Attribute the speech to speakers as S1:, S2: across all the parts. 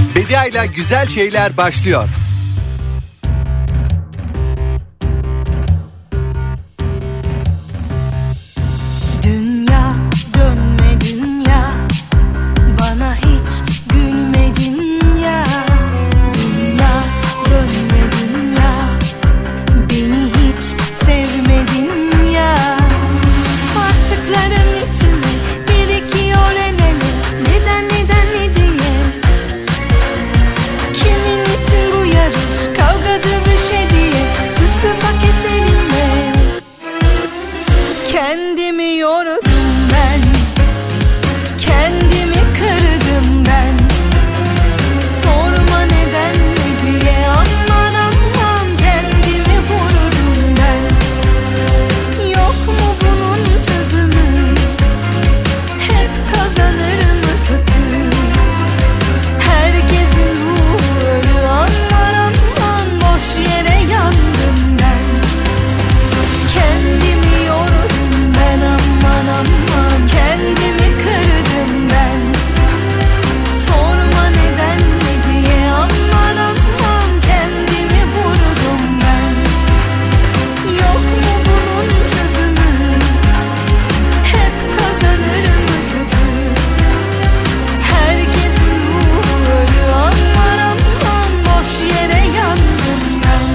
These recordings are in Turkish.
S1: Bediayla güzel şeyler başlıyor.
S2: Dünya dönme dünya, bana hiç gülmedin ya. Dünya dönme dünya, beni hiç sevmedin ya. Baktıklarım içime birikiyor el ele, neden ne diye. Kimin için bu yarış, kavga dövüşe diye. Süslü paketlerimle kendimi yordum ben, kendimi kırdım ben. Sorma neden mi diye, aman aman kendimi vurdum ben. Yok mu bunun çözümü, hep kazanır mı kötü? Herkesin ruhu ölü, aman aman boş yere yandım ben. Kendimi yordum ben, aman aman kendimi kırdım ben. Sorma neden mi diye, aman aman kendimi vurdum ben. Yok mu bunun çözümü, hep kazanır mı kötü? Herkesin ruhu ölü, aman aman boş yere yandım ben.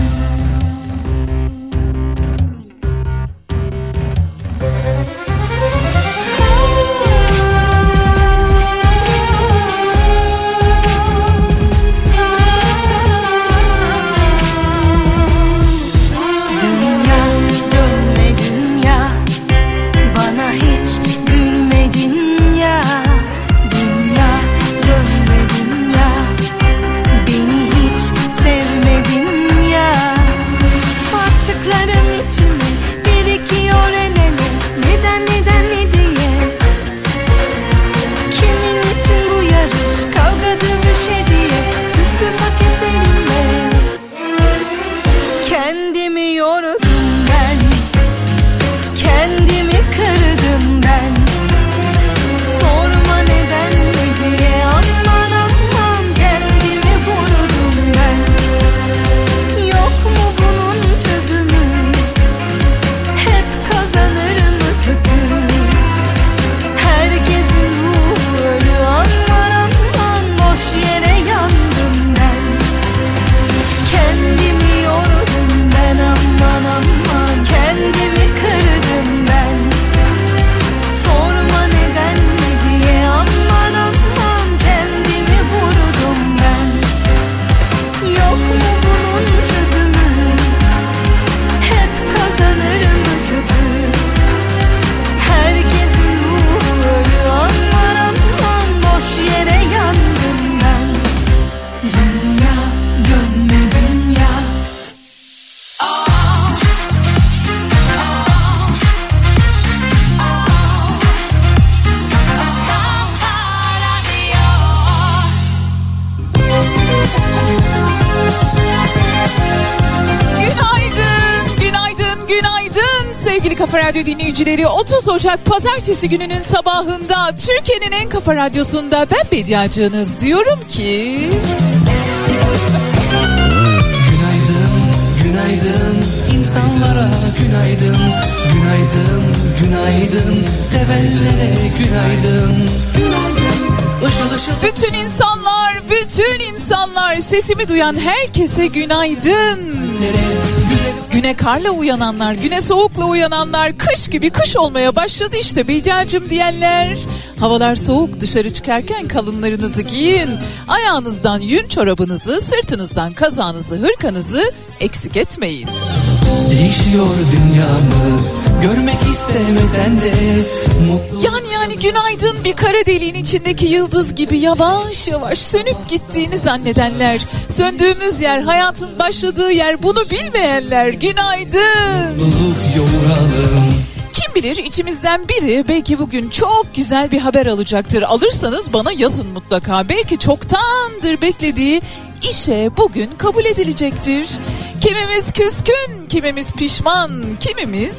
S2: Dünya dönme dünya, bana hiç gülmedin ya. Dünya dönme dünya, beni hiç sevmedin ya. Baktıklarım içime birikiyor el ele, neden ne diye. Kimin için bu yarış, kavga dövüşe diye. Süslü paketlerimle kendimi yordum ben, kendimi kırdım ben. Sorma neden mi diye, aman aman kendimi vurdum ben. Yok mu bunun çözümü, hep kazanır mı kötü? Herkesin ruhu ölü, aman aman boş yere yandım ben. Kendimi yordum ben, aman aman kendimi kırdım ben. Sorma neden mi diye, aman aman kendimi vurdum ben. Yok mu bunun çözümü, hep kazanır mı kötü? Herkesin ruhu ölü, aman aman boş yere yandım ben. Dünya dönme dünya.
S3: Günaydın sevgili Kafa Radyo dinleyicileri. 30 Ocak Pazartesi gününün sabahında Türkiye'nin en kafa radyosunda ben Bediacığınız diyorum ki...
S4: Günaydın insanlara, günaydın. Günaydın, günaydın sevenlere, günaydın. Işıl ışıl.
S3: Bütün insanlar, sesimi duyan herkese günaydın. Güne karla uyananlar, güne soğukla uyananlar, kış gibi kış olmaya başladı işte Bediacığım diyenler. Havalar soğuk, dışarı çıkarken kalınlarınızı giyin. Ayağınızdan yün çorabınızı, sırtınızdan kazağınızı, hırkanızı eksik etmeyin.
S4: Değişiyor dünyamız, görmek istemesen de mutlu.
S3: Yani günaydın bir kara deliğin içindeki yıldız gibi yavaş yavaş sönüp gittiğini zannedenler, söndüğümüz yer hayatın başladığı yer, bunu bilmeyenler günaydın.
S4: Mutluluk yoğuralım.
S3: Kim bilir içimizden biri belki bugün çok güzel bir haber alacaktır. Alırsanız bana yazın mutlaka. Belki çoktandır beklediği işe bugün kabul edilecektir. Kimimiz küskün, kimimiz pişman, kimimiz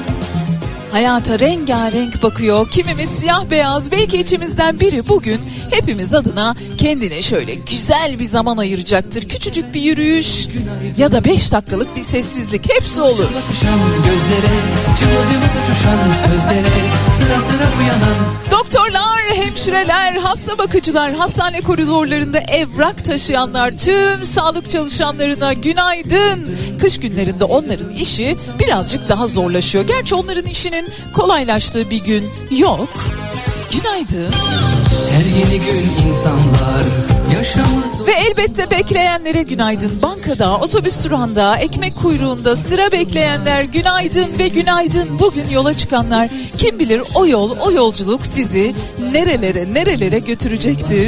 S3: hayata rengarenk bakıyor, kimimiz siyah beyaz. Belki içimizden biri bugün hepimiz adına kendine şöyle güzel bir zaman ayıracaktır. Küçücük bir yürüyüş ya da 5 dakikalık bir sessizlik, hepsi olur.
S4: Gözlere, cıvıl cıvıl uçuşan sözlere, sıra sıra uyanan.
S3: Doktorlar, hemşireler, hasta bakıcılar, hastane koridorlarında evrak taşıyanlar, tüm sağlık çalışanlarına günaydın. Kış günlerinde onların işi birazcık daha zorlaşıyor. Gerçi onların işinin kolaylaştığı bir gün yok. Günaydın.
S4: Her yeni gün insanlar yaşamı...
S3: Ve elbette bekleyenlere günaydın. Bankada, otobüs durağında, ekmek kuyruğunda sıra bekleyenler günaydın ve günaydın. Bugün yola çıkanlar, kim bilir o yol, o yolculuk sizi nerelere götürecektir.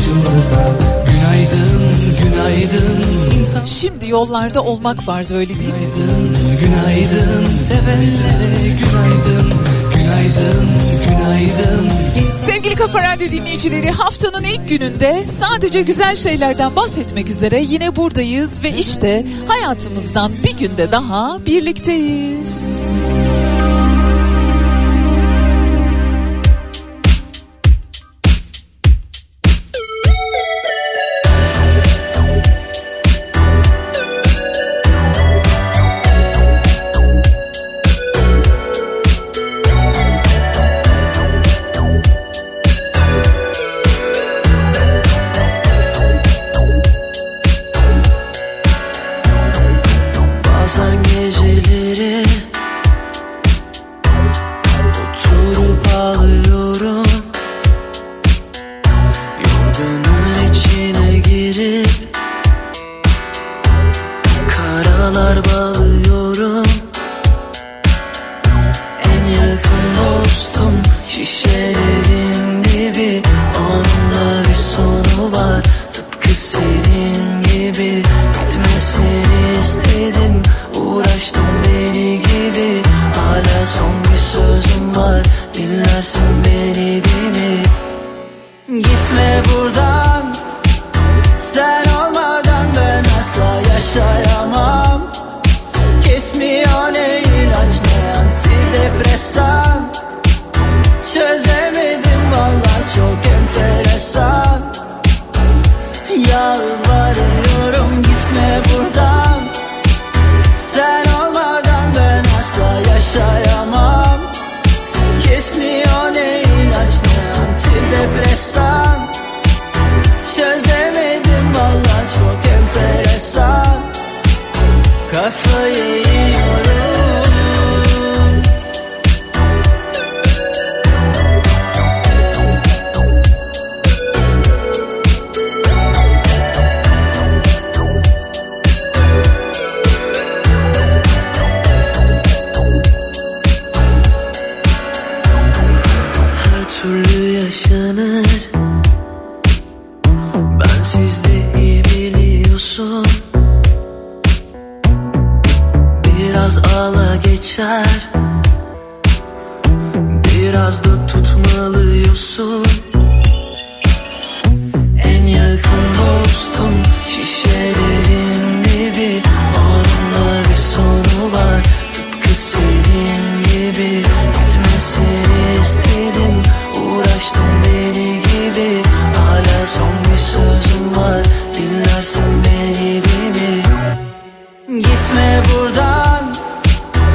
S4: Günaydın, günaydın.
S3: Şimdi yollarda olmak vardı, öyle değil mi?
S4: Günaydın, sevenlere günaydın. Günaydın, günaydın.
S3: Sevgili Kafa Radyo dinleyicileri, haftanın ilk gününde sadece güzel şeylerden bahsetmek üzere yine buradayız ve işte hayatımızdan bir günde daha birlikteyiz.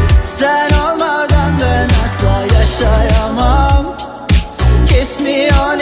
S5: Sen olmadan ben asla yaşayamam. Kesmiyor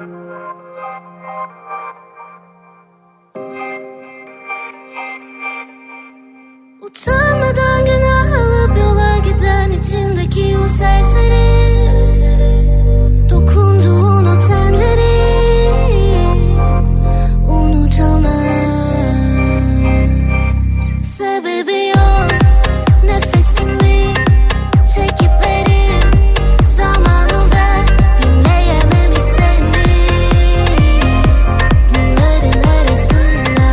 S5: Utanmadan günah alıp yola giden içindeki o serseri, dokunduğun o tenleri unutamaz. Sebebi yok, nefesimi çekip verip zamanı ver, dinleyemem hiç seni bunların arasında.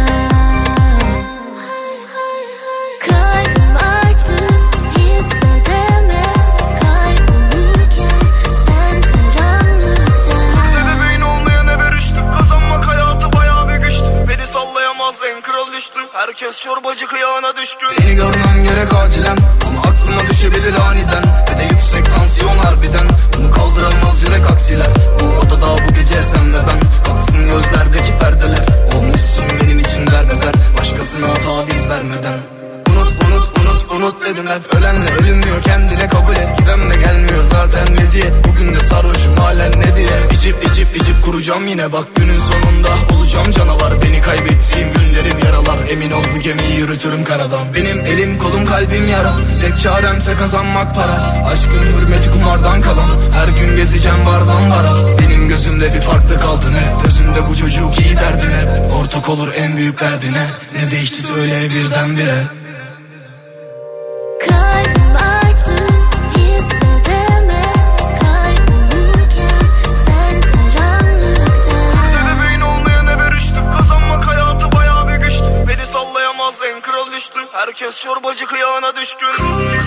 S5: Kalbim artık hissedemez kaybolurken sen karanlıkta.
S6: Sebebeğin olmayan eve rüştü, kazanmak hayatı bayağı bir güçtü. Beni sallayamaz en kral düştü, herkes çorbacı kıyağına düşkün. Seni görmem gerek acilen ama aklıma düşebilir aniden. Ve de yüksek tansiyon harbiden, bunu kaldıramaz yürek aksiler. Bu odada bu gece sen ve ben, kalksın gözlerdeki perdeler. Olmuşsun benim için derbeder, başkasına taviz vermeden. Unut dedim hep, ölenle ölünmüyor, kendine kabul et. Giden de gelmiyor zaten meziyet, bugün de sarhoşum halen ne diye. İçip kuracağım yine bak günün sonunda. Olacağım canavar, beni kaybettiğim günlerim yaralar. Emin ol bu gemiyi yürütürüm karadan. Benim elim kolum kalbim yara, tek çaremse kazanmak para. Aşkın hürmeti kumardan kalan, her gün gezeceğim bardan bara. Benim gözümde bir farklı kaldı ne, gözünde bu çocuk iyi derdine. Ortak olur en büyük derdine, ne değişti söyle birdenbire.
S5: Kalbim artık hissedemez kaybolurken sen karanlıkta.
S6: Sebebeğin olmayan eve rüştü, kazanmak hayatı bayağı bir güçtü. Beni sallayamaz en kral düştü, herkes çorbacı kıyağına düşkün.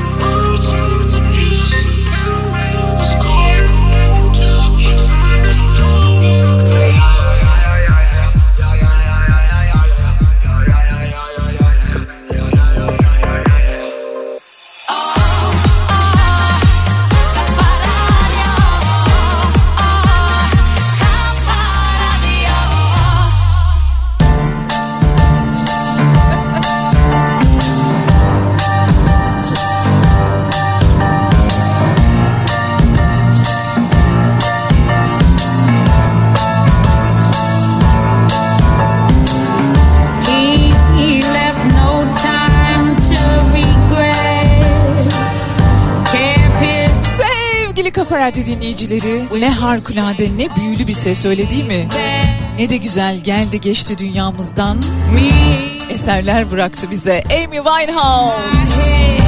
S3: Kafa Radyo dinleyicileri, ne harikulade, ne büyülü bir ses, öyle değil mi? Ne de güzel geldi geçti dünyamızdan, eserler bıraktı bize Amy Winehouse.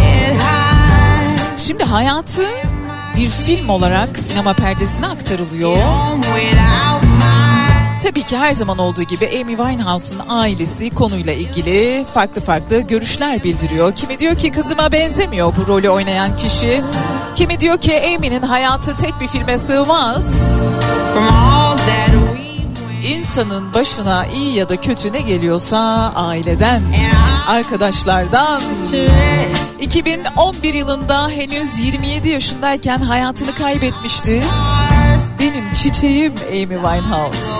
S3: Şimdi hayatı bir film olarak sinema perdesine aktarılıyor. Tabii ki her zaman olduğu gibi Amy Winehouse'un ailesi konuyla ilgili farklı görüşler bildiriyor. Kimi diyor ki kızıma benzemiyor bu rolü oynayan kişi. Kimi diyor ki Amy'nin hayatı tek bir filme sığmaz. İnsanın başına iyi ya da kötü ne geliyorsa aileden, arkadaşlardan. 2011 yılında henüz 27 yaşındayken hayatını kaybetmişti benim çiçeğim Amy Winehouse.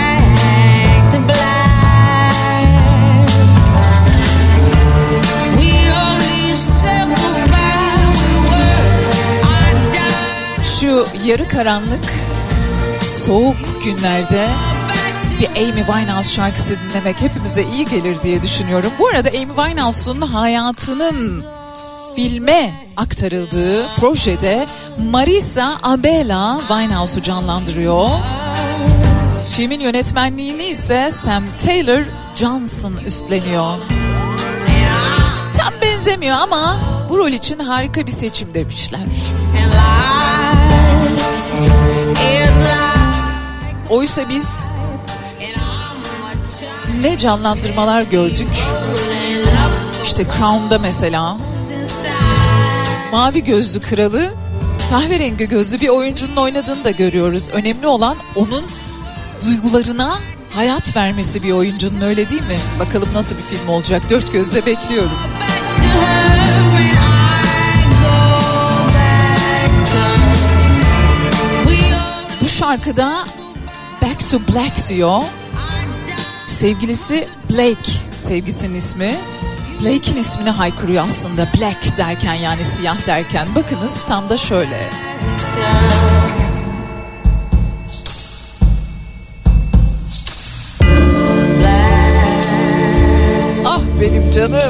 S3: Şu yarı karanlık, soğuk günlerde bir Amy Winehouse şarkısı dinlemek hepimize iyi gelir diye düşünüyorum. Bu arada Amy Winehouse'un hayatının filme aktarıldığı projede Marisa Abela Winehouse'u canlandırıyor. Filmin yönetmenliğini ise Sam Taylor Johnson üstleniyor. Tam benzemiyor ama bu rol için harika bir seçim demişler. Oysa biz ne canlandırmalar gördük. İşte Crown'da mesela mavi gözlü kralı kahverengi gözlü bir oyuncunun oynadığını da görüyoruz. Önemli olan onun duygularına hayat vermesi bir oyuncunun, öyle değil mi? Bakalım nasıl bir film olacak, dört gözle bekliyorum. Bu şarkıda Back to Black diyor. Sevgilisi Blake, sevgilisinin ismi. Blake'in ismini haykırıyor aslında, Black derken, yani siyah derken. Bakınız tam da şöyle. canım.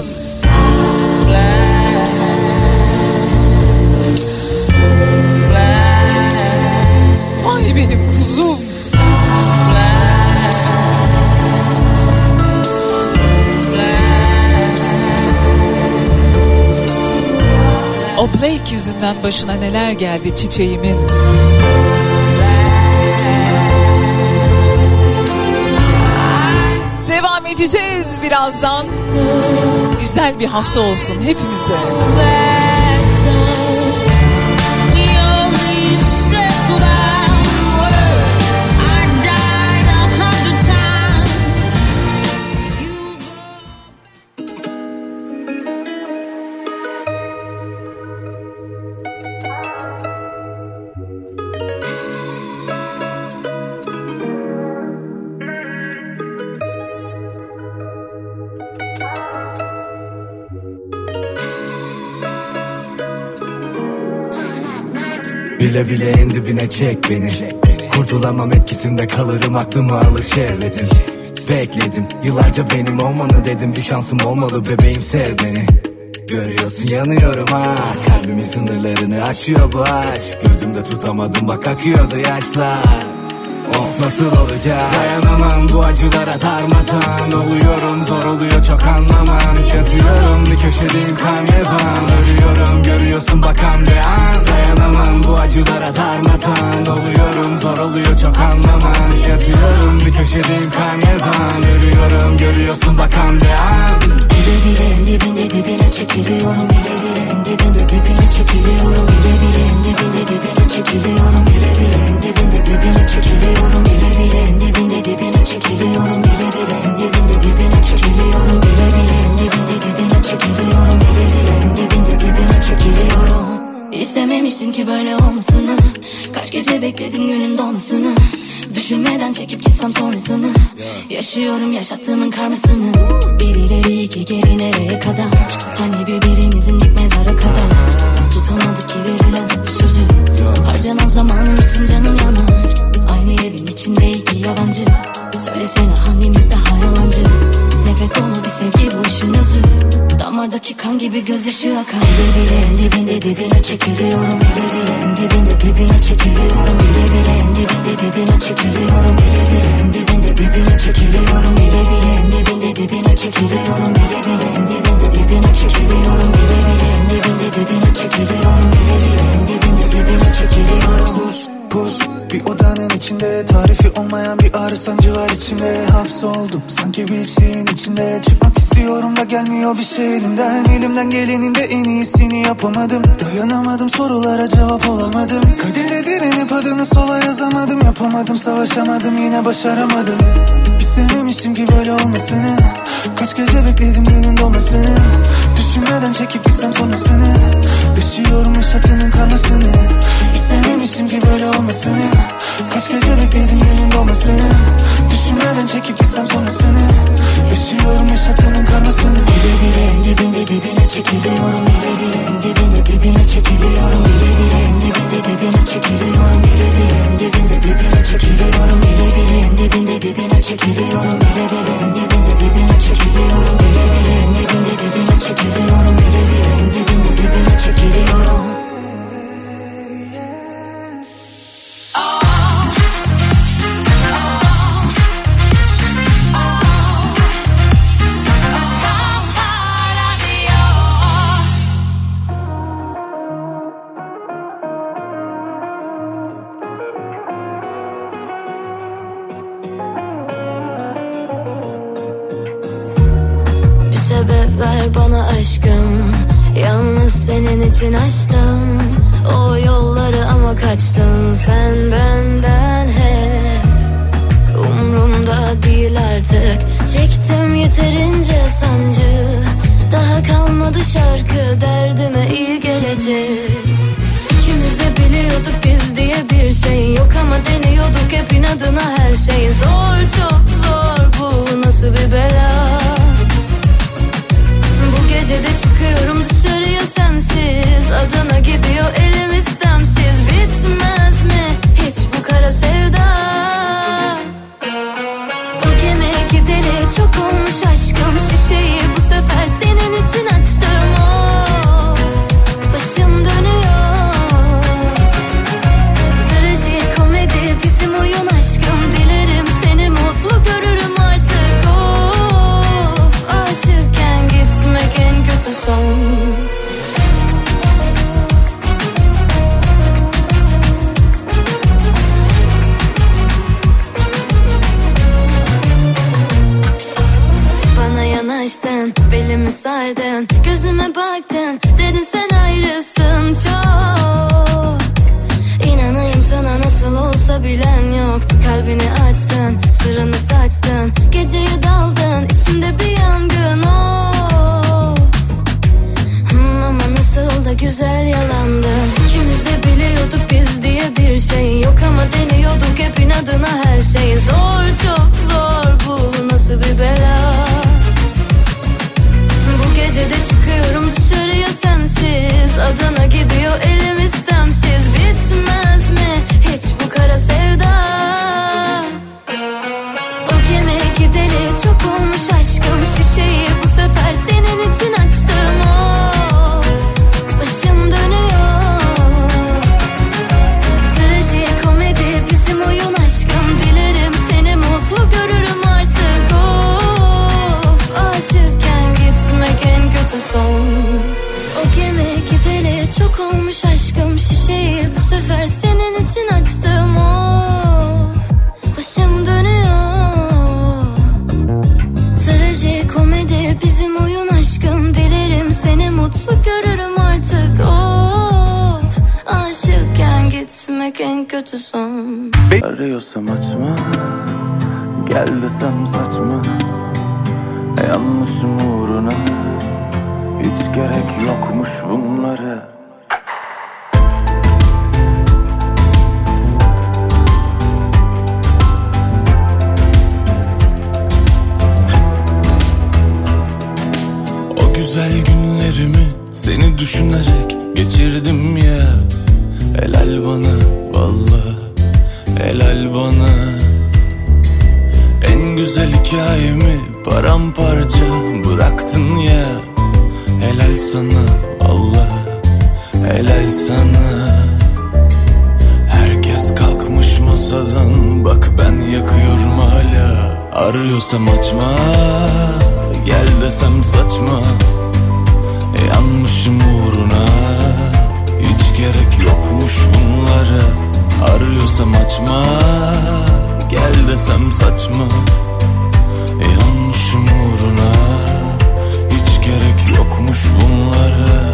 S3: Vay benim kuzum. O Blake yüzünden başına neler geldi çiçeğimin. Devam edeceğiz birazdan. Güzel bir hafta olsun hepimize.
S7: Bile bile en dibine çek beni. Kurtulamam etkisinde kalırım, aklımı alır şehvetin. Bekledim yıllarca benim olmanı, dedim bir şansım olmalı bebeğim, sev beni. Görüyorsun yanıyorum ha, kalbimin sınırlarını aşıyor bu aşk. Gözümde tutamadım bak akıyordu yaşlar. Of nasıl olacak, dayanamam bu acılara darmadan. Oluyorum zor oluyor çok anlaman. Yazıyorum bir köşedeyim karnevan. Ölüyorum görüyorsun bakan bir an. Dayanamam bu acılara darmadan. Oluyorum zor oluyor çok anlaman. Yazıyorum bir köşedeyim karnevan. Ölüyorum görüyorsun bakan bir an.
S8: Bile bile en dibinde dibine çekiliyorum. Bile bile en dibinde dibine çekiliyorum. Bile bile en dibinde dibine çekiliyorum. Bile bile en dibinde dibine çekiliyorum. Bile bile en dibinde dibine çekiliyorum. Bile bile en dibinde dibine çekiliyorum. Bile bile en dibinde dibine çekiliyorum. Bile bile en dibinde dibine çekiliyorum. İstememiştim ki böyle olmasını. Kaç gece bekledim günün dolmasını. Düşünmeden çekip gitsem sonrasını. Yaşıyorum yaşattığımın karmasını. Bir ileri iki geri nereye kadar? Hani birbirimizin dik mezara kadar. Tutamadık ki verilen tek bir sözü. Harcanan zamanım için canım yanar. Aynı evin içinde iki yabancı. Söylesene hangimiz daha yalancı? Nefret dolu bir sevgi bu işin özü. Damardaki kan gibi gözyaşı akar. Bile bile en dibinde dibine çekiliyorum. Bile bile en dibinde dibine çekiliyorum. Bile bile en dibinde dibine çekiliyorum. Bile bile en dibinde dibine çekiliyorum. Bile bile en dibinde dibine çekiliyorum. Bile bile en dibinde dibine çekiliyorum. Bile bile en dibinde dibine çekiliyorum. Bile bile en dibinde dibine çekiliyorum.
S9: Sus pus bir odanın içinde, tarifi olmayan bir ağrı sancı var içimde. Hapsoldum sanki bir şeyin içinde. Çıkmak istiyorum da gelmiyor bir şey elimden. Elimden gelenin de en iyisini yapamadım. Dayanamadım sorulara cevap olamadım. Kadere direnip adını sola yazamadım. Yapamadım savaşamadım yine başaramadım. İstememiştim ki böyle olmasını. Kaç gece bekledim günün doğmasını. Düşünmeden çekip gitsem sonrasını. Yaşıyorum yaşattığının karmasını. İstememiştim ki böyle olmasını. Kaç gece bekledim günün doğmasını. Düşünmeden çekip gitsem sonrasını. Yaşıyorum yaşattığının karmasını.
S8: Bile bile en dibinde dibine çekiliyorum. Bile bile en dibinde dibine çekiliyorum. Bile bile en dibinde dibine çekiliyorum. Bile bile en dibinde dibine çekiliyorum. Bile bile en dibinde dibine çekiliyorum. Bile bile en dibinde dibine çekiliyorum. Bile bile en dibinde dibine çekiliyorum. Bile bile en dibinde dibine çekiliyorum. Sebep ver bana aşkım, yalnız senin için açtım o yolları ama kaçtın sen benden hep. Umrumda değil artık, çektim yeterince sancı. Daha kalmadı şarkı derdime iyi gelecek. İkimiz de biliyorduk biz diye bir şey yok ama deniyorduk hep inadına her şey. Zor çok zor, bu nasıl bir bela. Bu gecede çıkıyorum dışarıya sensiz. Adına gidiyor elim istemsiz. Bitmez mi hiç bu kara sevda? O gemi gideri çok olmuş aşkım. Şişeyi bu sefer
S5: sardın, gözüme baktın, dedin sen ayrısın çok. İnanayım sana nasıl olsa bilen yok. Kalbini açtın, sırrını saçtın, geceye daldın, içimde bir yangın oh. Ama nasıl da güzel yalandın. İkimiz de biliyorduk biz diye bir şey yok, ama deniyorduk hep inadına her şey. Zor, çok zor, bu nasıl bir bela. Bu gece de çıkıyorum dışarıya sensiz, Adana gidiyor elim istemsiz. Bitmez mi hiç bu kara sevda? O gemi gideli çok olmuş aşkım, şişeyi bu sefer senin için açtım oh. Başım dönüyor, trajikomedi bizim oyun aşkım. Dilerim seni mutlu görürüm artık of. Aşıkken gitmek en kötü son. O gemi gideli çok olmuş aşkım, şişeyi bu sefer senin için açtım of. Başım dönüyor, trajikomedi bizim oyun aşkım. Dilerim seni mutlu görürüm artık of. Aşıkken gitmek en kötü son.
S10: Arıyorsam açma, gel desem saçma. Yanlışım uğruna hiç gerek yokmuş bunlara. O güzel günlerimi seni düşünerek geçirdim ya. Helal bana vallahi, helal bana. En güzel hikayemi paramparça bıraktın ya. Helal sana Allah, helal sana. Herkes kalkmış masadan, bak ben yakıyorum hala. Arıyorsam açma, gel desem saçma. Yanmışım uğruna hiç gerek yokmuş bunlara. Arıyorsam açma, gel desem saçma. Yanmışım uğruna hiç gerek yokmuş bunlara.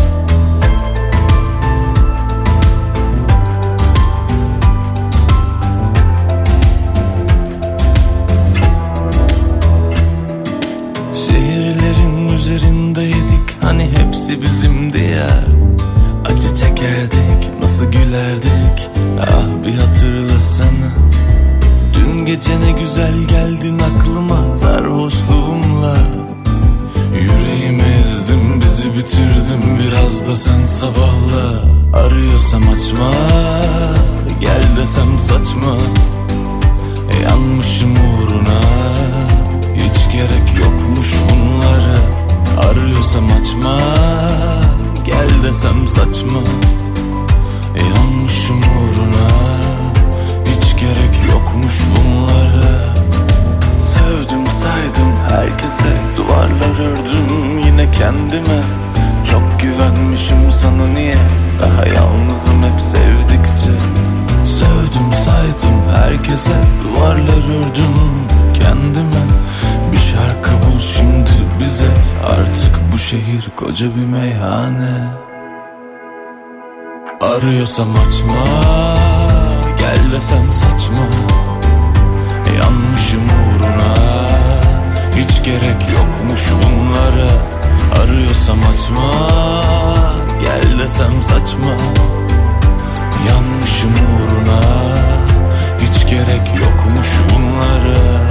S10: Şehirlerin üzerindeydik, hani hepsi bizimdi ya. Acı çekerdik, nasıl gülerdik, ah bir hatırlasana. Dün gece ne güzel geldin aklıma sarhoşluğumla. Yüreğimi ezdim, bizi bitirdim, biraz da sen sabahla. Arıyorsam açma, gel desem saçma. Yanmışım uğruna hiç gerek yokmuş bunlara. Arıyorsam açma, gel desem saçma. Yanmışım uğruna hiç gerek yokmuş bunlara. Sevdim saydım herkese, duvarlar ördüm yine kendime. Çok güvenmişim sana, niye daha yalnızım hep sevdikçe. Sevdim saydım herkese, duvarlar ördüm kendime. Bir şarkı bul şimdi bize, artık bu şehir koca bir meyhane. Arıyorsam açma, gel desem saçma. Yanmışım uğruna hiç gerek yokmuş bunlara. Arıyorsam açma, gel desem saçma. Yanmışım uğruna hiç gerek yokmuş bunlara.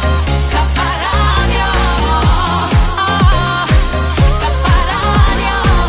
S2: Kafa Radio.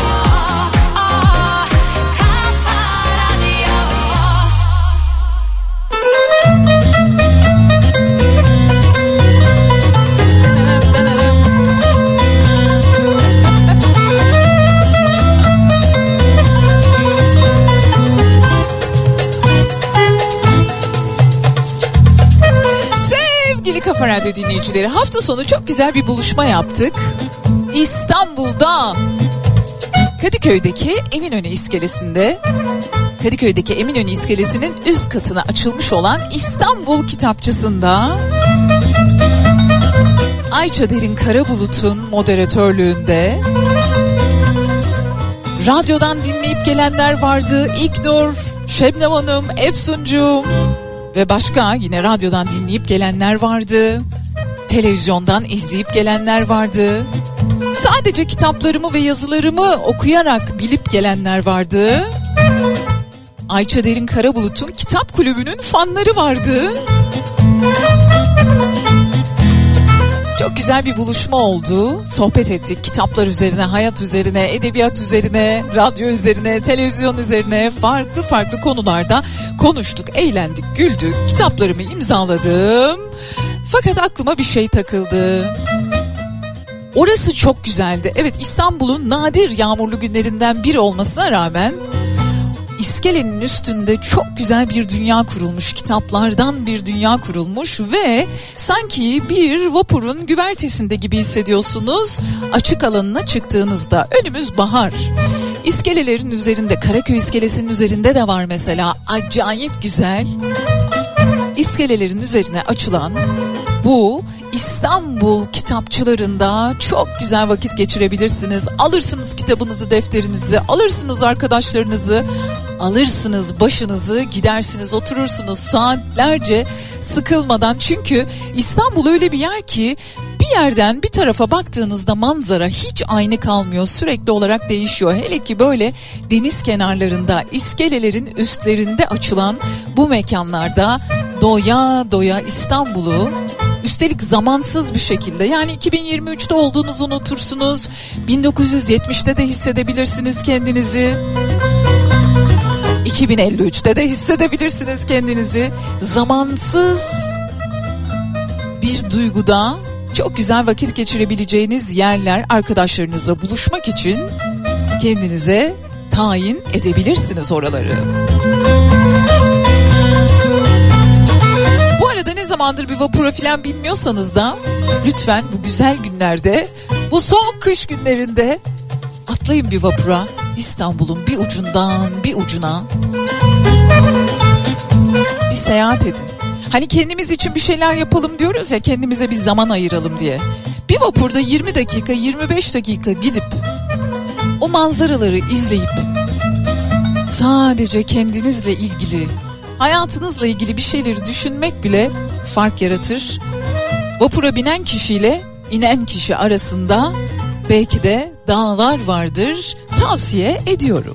S3: Kafa Radyo dinleyicileri, hafta sonu çok güzel bir buluşma yaptık. İstanbul'da Kadıköy'deki Eminönü iskelesinde, Kadıköy'deki Eminönü iskelesinin üst katına açılmış olan İstanbul Kitapçısı'nda Ayça Derin Karabulut'un moderatörlüğünde radyodan dinleyip gelenler vardı. İlknur, Şebnem Hanım, Efsuncuğum ve başka yine radyodan dinleyip gelenler vardı. Televizyondan izleyip gelenler vardı. Sadece kitaplarımı ve yazılarımı okuyarak bilip gelenler vardı. Ayça Derin Karabulut'un kitap kulübünün fanları vardı. Çok güzel bir buluşma oldu. Sohbet ettik. Kitaplar üzerine, hayat üzerine, edebiyat üzerine, radyo üzerine, televizyon üzerine farklı farklı konularda konuştuk, eğlendik, güldük. Kitaplarımı imzaladım. Fakat aklıma bir şey takıldı. Orası çok güzeldi. Evet, İstanbul'un nadir yağmurlu günlerinden biri olmasına rağmen İskelenin üstünde çok güzel bir dünya kurulmuş, kitaplardan bir dünya kurulmuş ve sanki bir vapurun güvertesinde gibi hissediyorsunuz açık alanına çıktığınızda. Önümüz bahar. İskelelerin üzerinde, Karaköy iskelesinin üzerinde de var mesela, acayip güzel. İskelelerin üzerine açılan bu İstanbul kitapçılarında çok güzel vakit geçirebilirsiniz. Alırsınız kitabınızı, defterinizi, alırsınız arkadaşlarınızı, alırsınız başınızı, gidersiniz, oturursunuz saatlerce sıkılmadan. Çünkü İstanbul öyle bir yer ki bir yerden bir tarafa baktığınızda manzara hiç aynı kalmıyor. Sürekli olarak değişiyor. Hele ki böyle deniz kenarlarında, iskelelerin üstlerinde açılan bu mekanlarda doya doya İstanbul'u, üstelik zamansız bir şekilde, yani 2023'te olduğunuzu unutursunuz, 1970'te de hissedebilirsiniz kendinizi, 2053'te de hissedebilirsiniz kendinizi. Zamansız bir duyguda çok güzel vakit geçirebileceğiniz yerler, arkadaşlarınızla buluşmak için kendinize tayin edebilirsiniz oraları. Bu arada ne zamandır bir vapura falan binmiyorsanız da lütfen bu güzel günlerde, bu soğuk kış günlerinde atlayın bir vapura. İstanbul'un bir ucundan bir ucuna bir seyahat edin. Hani kendimiz için bir şeyler yapalım diyoruz ya, kendimize bir zaman ayıralım diye. Bir vapurda 20 dakika, 25 dakika gidip o manzaraları izleyip sadece kendinizle ilgili, hayatınızla ilgili bir şeyleri düşünmek bile fark yaratır. Vapura binen kişiyle inen kişi arasında belki de dağlar vardır. Tavsiye ediyorum.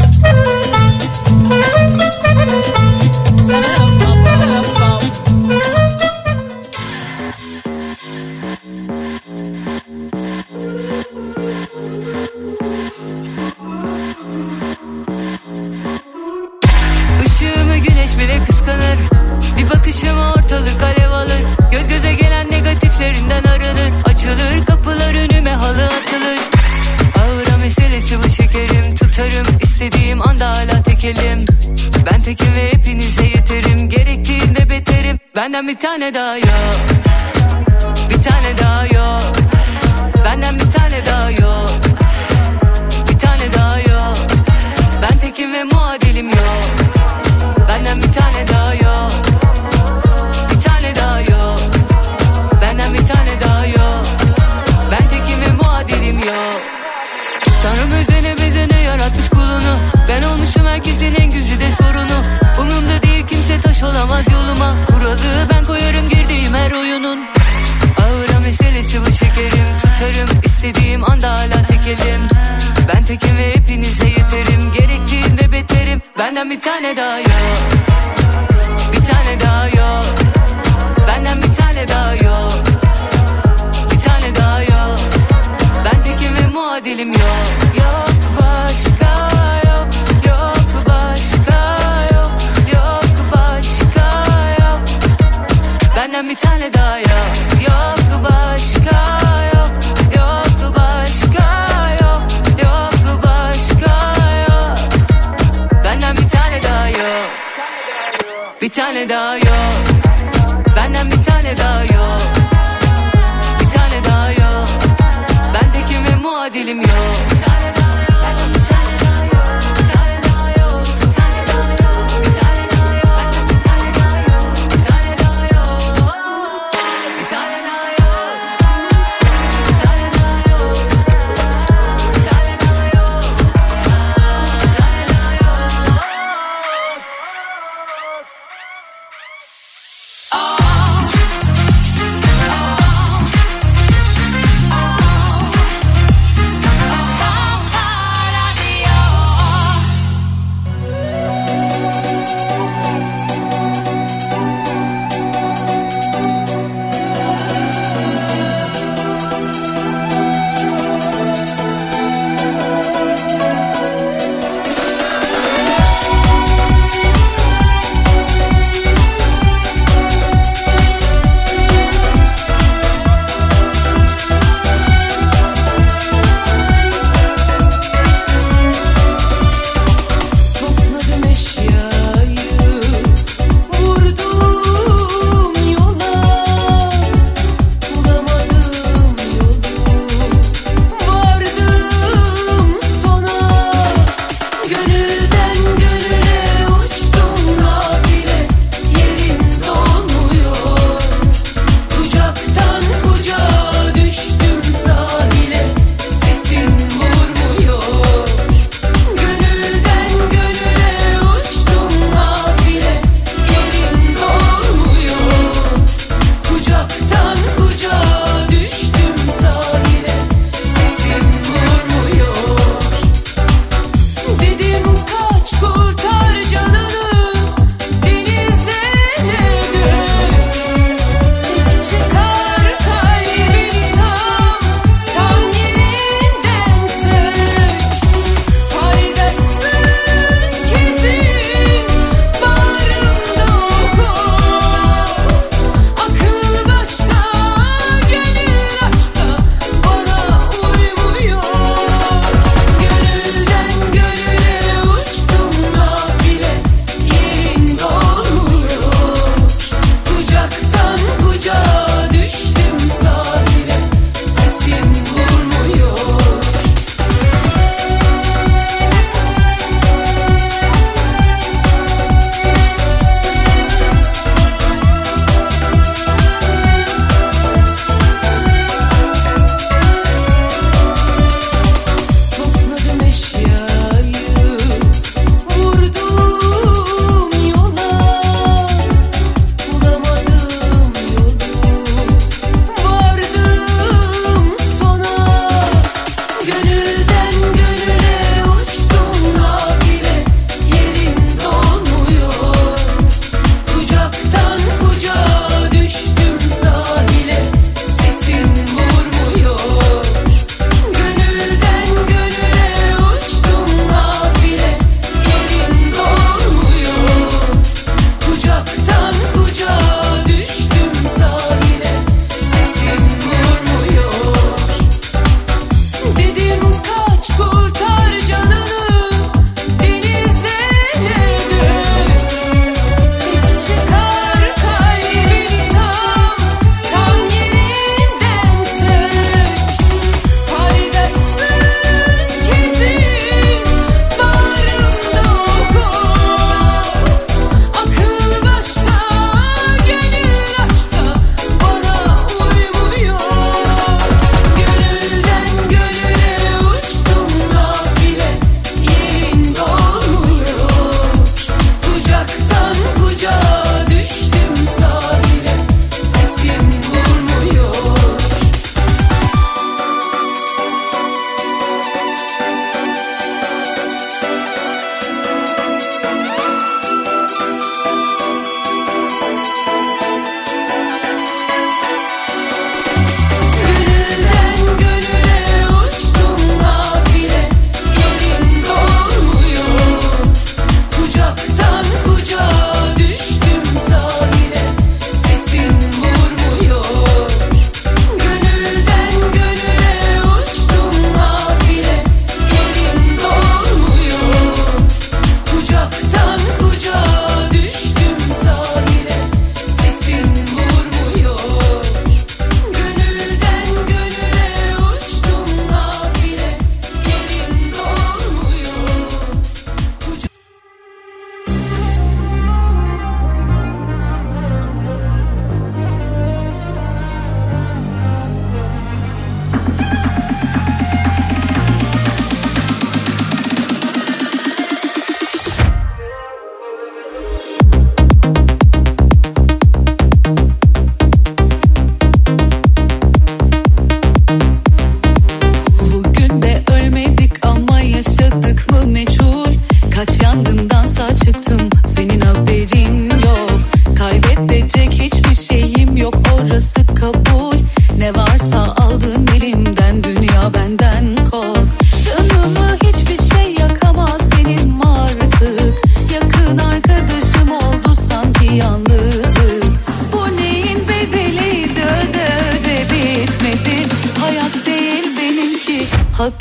S11: Işığımı güneş bile kıskanır. Bir bakışımı ortalık alev alır. Göz göze gelen negatiflerinden aranır. Açılır kapılar, önüme halı atılır. Ağıra meselesi bu şekerim. Tutarım istediğim anda hala tekelim. Ben tekim ve hepinize yeterim. Gerektiğinde beterim. Benden bir tane daha yok. Bir tane daha yok. Benden bir tane daha yok. Bir tane daha yok. Ben tekim ve muadilim yok. Benden bir tane daha yok. Bir tane daha yok. Benden bir tane daha yok. Ben tekim ve muadilim yok. Tanrım özene bezene yaratmış kulunu. Ben olmuşum herkesin en güzide sorunu. Umurumda değil kimse, taş olamaz yoluma. Kuralı ben koyarım girdiğim her oyunun. Ağıra meselesi bu şekerim. Tutarım istediğim anda hala tekelim. Ben tekim ve hepinize yeterim. Gerektiğinde beterim. Benden bir tane daha yok. Bir tane daha yok. Benden bir tane daha yok. Bir tane daha yok. Ben tekim ve muadilim yok. Yok başka yok. Yok başka yok. Yok başka yok. Benden bir tane daha yok. Yok başka yok. Yok başka yok. Yok başka yok. Benden bir tane daha yok. Bir tane daha yok. Benden bir tane daha yok.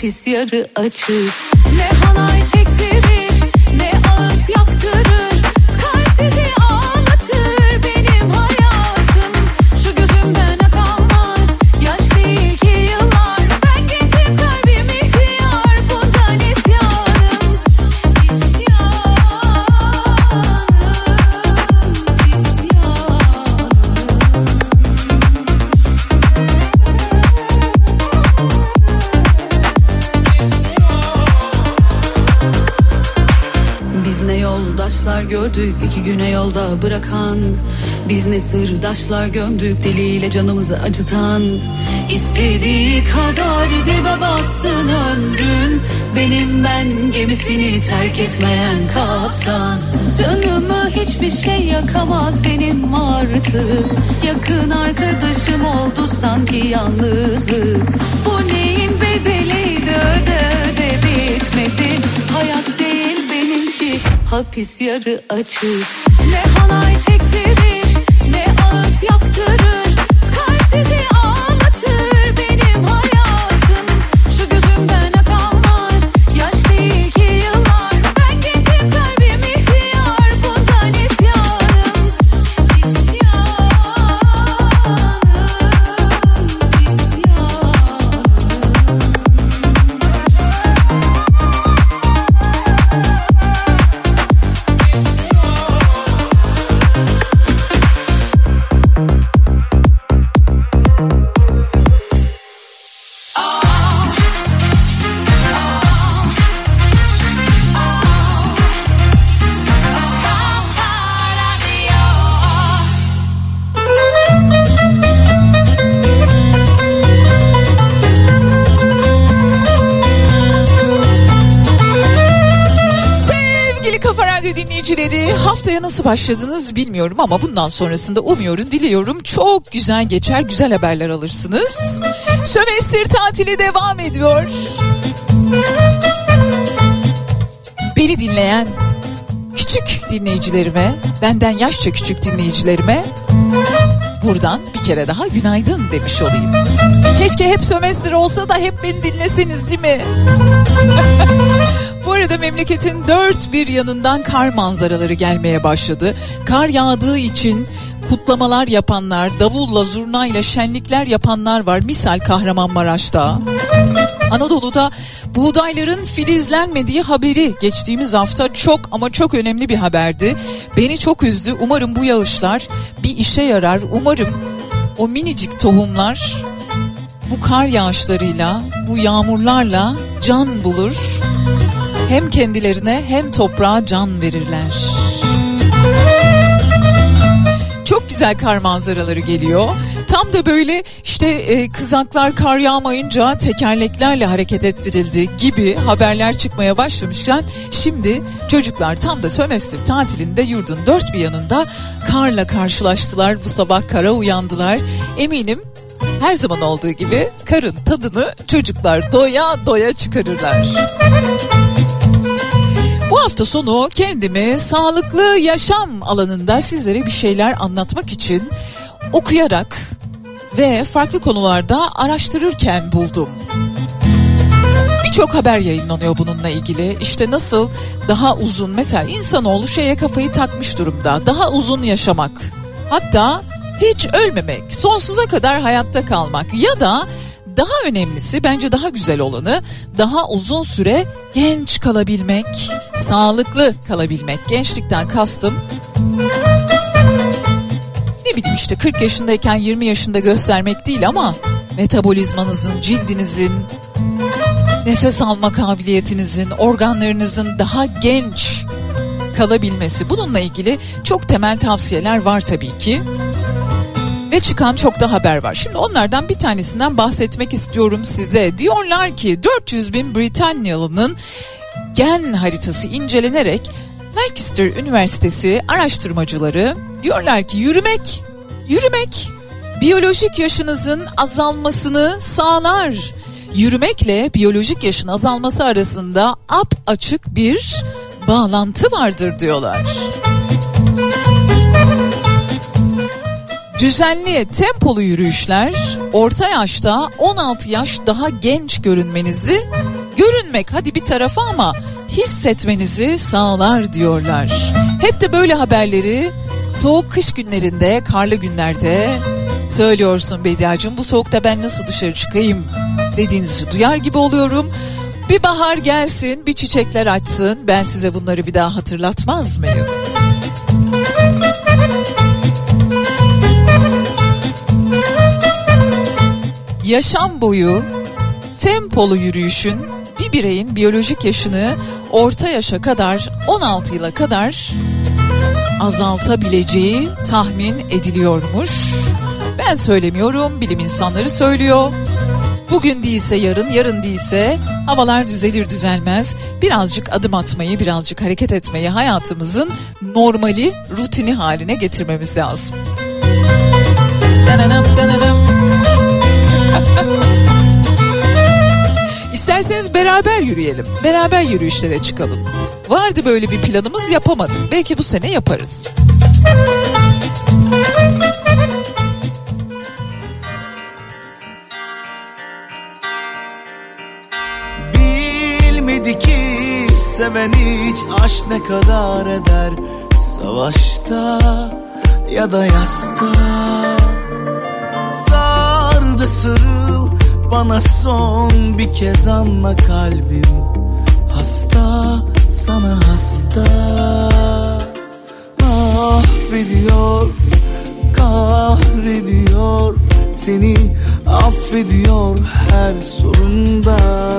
S12: hapis yarı açık. Ne halay çektirir, ne ağıt yaptırır, kalp sizi ağlatır benim hayatım. Şu gözümden akanlar yaş değil ki yıllar, ben gencim kalbim ihtiyar, bundan isyanım. Biz ne yoldaşlar gördük iki güne yolda bırakan, biz ne sırdaşlar gömdük diliyle canımızı acıtan. İstediği kadar dibe batsın ömrüm, benim ben gemisini terk etmeyen kaptan. Canımı hiçbir şey yakamaz benim artık, yakın arkadaşım oldu sanki yalnızlık. Bu neyin bedeliydi, öde öde bitmedi. Hayat değil benimki, hapis yarı açık. Ne halay çektirir, ne ağıt yaptırır, kalp sizi ağlatır benim hayatım. Şu gözümden akanlar yaş değil ki yıllar, ben gencim kalbim ihtiyar, bundan isyanım.
S3: Dinleyicileri, haftaya nasıl başladınız bilmiyorum ama bundan sonrasında umuyorum, diliyorum çok güzel geçer, güzel haberler alırsınız. Sömestr tatili devam ediyor. Beni dinleyen küçük dinleyicilerime, benden yaşça küçük dinleyicilerime buradan bir kere daha günaydın demiş olayım. Keşke hep sömestr olsa da hep beni dinleseniz, değil mi? Bu arada memleketin dört bir yanından kar manzaraları gelmeye başladı. Kar yağdığı için kutlamalar yapanlar, davulla, zurnayla şenlikler yapanlar var. Misal Kahramanmaraş'ta. Anadolu'da buğdayların filizlenmediği haberi geçtiğimiz hafta çok ama çok önemli bir haberdi. Beni çok üzdü. Umarım bu yağışlar bir işe yarar. Umarım o minicik tohumlar bu kar yağışlarıyla, bu yağmurlarla can bulur. Hem kendilerine hem toprağa can verirler. Çok güzel kar manzaraları geliyor. Tam da böyle işte kızaklar kar yağmayınca tekerleklerle hareket ettirildi gibi haberler çıkmaya başlamışken şimdi çocuklar tam da sömestr tatilinde yurdun dört bir yanında karla karşılaştılar. Bu sabah kara uyandılar. Eminim her zaman olduğu gibi karın tadını çocuklar doya doya çıkarırlar. Bu hafta sonu kendimi sağlıklı yaşam alanında sizlere bir şeyler anlatmak için okuyarak ve farklı konularda araştırırken buldum. Birçok haber yayınlanıyor bununla ilgili. İşte nasıl daha uzun, mesela insanoğlu şeye kafayı takmış durumda. Daha uzun yaşamak, hatta hiç ölmemek, sonsuza kadar hayatta kalmak ya da daha önemlisi, bence daha güzel olanı, daha uzun süre genç kalabilmek, sağlıklı kalabilmek. Gençlikten kastım ne bileyim işte 40 yaşındayken 20 yaşında göstermek değil ama metabolizmanızın, cildinizin, nefes alma kabiliyetinizin, organlarınızın daha genç kalabilmesi. Bununla ilgili çok temel tavsiyeler var tabii ki. Ve çıkan çok da haber var. Şimdi onlardan bir tanesinden bahsetmek istiyorum size. Diyorlar ki 400.000 Britanyalı'nın gen haritası incelenerek Lancaster Üniversitesi araştırmacıları diyorlar ki yürümek biyolojik yaşınızın azalmasını sağlar. Yürümekle biyolojik yaşın azalması arasında apaçık bir bağlantı vardır diyorlar. Düzenli, tempolu yürüyüşler orta yaşta 16 yaş daha genç görünmenizi Görünmek hadi bir tarafa ama hissetmenizi sağlar diyorlar. Hep de böyle haberleri soğuk kış günlerinde, karlı günlerde söylüyorsun Bediacığım. Bu soğukta ben nasıl dışarı çıkayım dediğinizi duyar gibi oluyorum. Bir bahar gelsin, bir çiçekler açsın. Ben size bunları bir daha hatırlatmaz mıyım? Yaşam boyu tempolu yürüyüşün bir bireyin biyolojik yaşını orta yaşa kadar 16 yıla kadar azaltabileceği tahmin ediliyormuş. Ben söylemiyorum, bilim insanları söylüyor. Bugün değilse yarın, yarın değilse havalar düzelir düzelmez birazcık adım atmayı, birazcık hareket etmeyi hayatımızın normali, rutini haline getirmemiz lazım. İsterseniz beraber yürüyelim, beraber yürüyüşlere çıkalım. Vardı böyle bir planımız, yapamadık. Belki bu sene yaparız.
S13: Bilmedi ki seven hiç aşk ne kadar eder, savaşta ya da yasta. Sar da sarıl bana son bir kez, anla kalbim hasta, sana hasta. Affediyor, kahrediyor, seni affediyor her sorunda.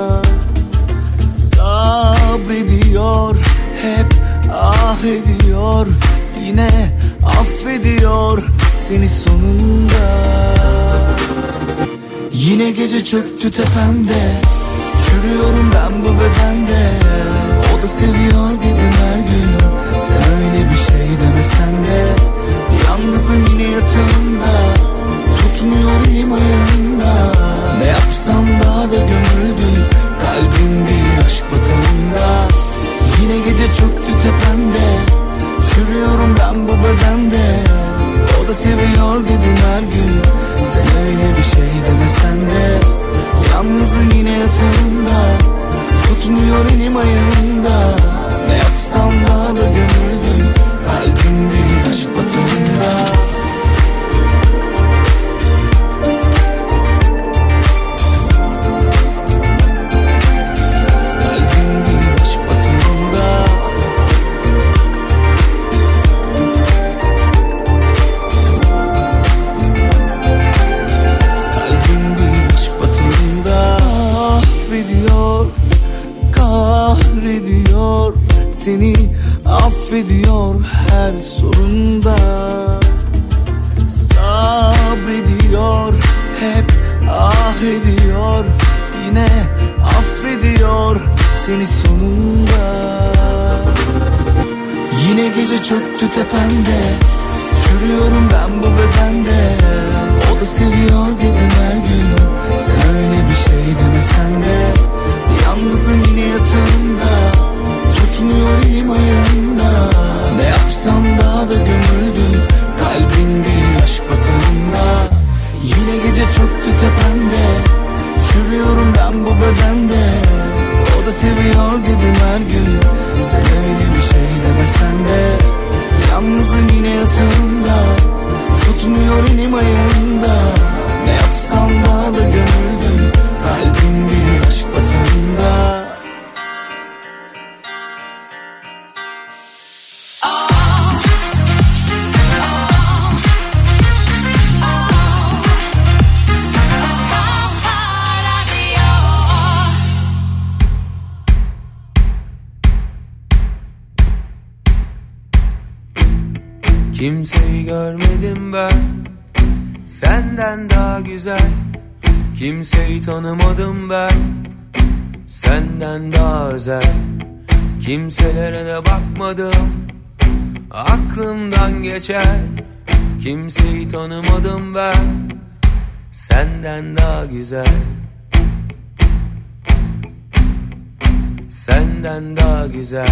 S13: Sabrediyor, hep ah ediyor, yine affediyor seni sonunda. Yine gece çöktü tepemde, çürüyorum ben bu bedende. O da seviyor dedim her gün, sen öyle bir şey demesen de. Yalnızım yine yatağımda, tutmuyor elim ayağımda. Ne yapsam daha da gömüldüm, kalbim bir aşk batağında. Yine gece çöktü tepemde, çürüyorum ben bu bedende. O da seviyor dedim her gün, sen öyle bir şey demesen de. Yalnızım yine yatağımda, tutmuyor elim ayağımda. Ne yapsam daha da gömüldüm, kalbim bir aşk batağında. Seni affediyor her sorunda. Sabrediyor, hep ah ediyor, yine affediyor seni sonunda. Yine gece çöktü tepemde, çürüyorum ben bu bedende. O da seviyor dedim her gün, sen öyle bir şey demesen de. Yalnızım yine yatağımda, tutmuyor elim ayağımda. Ne yapsam daha da gömüldüm, kalbim bir aşk batağında. Yine gece çöktü tepemde, çürüyorum ben bu bedende. O da seviyor dedim her gün, sen öyle bir şey demesen de. Yalnızım yine yatağımda, tutmuyor elim ayağımda. Ne yapsam daha da gömüldüm, kalbim bir aşk batağında.
S10: Kimseyi görmedim ben senden daha güzel. Kimseyi tanımadım ben senden daha özel. Kimselere de bakmadım, aklımdan geçer. Kimseyi tanımadım ben senden daha güzel. Senden daha güzel.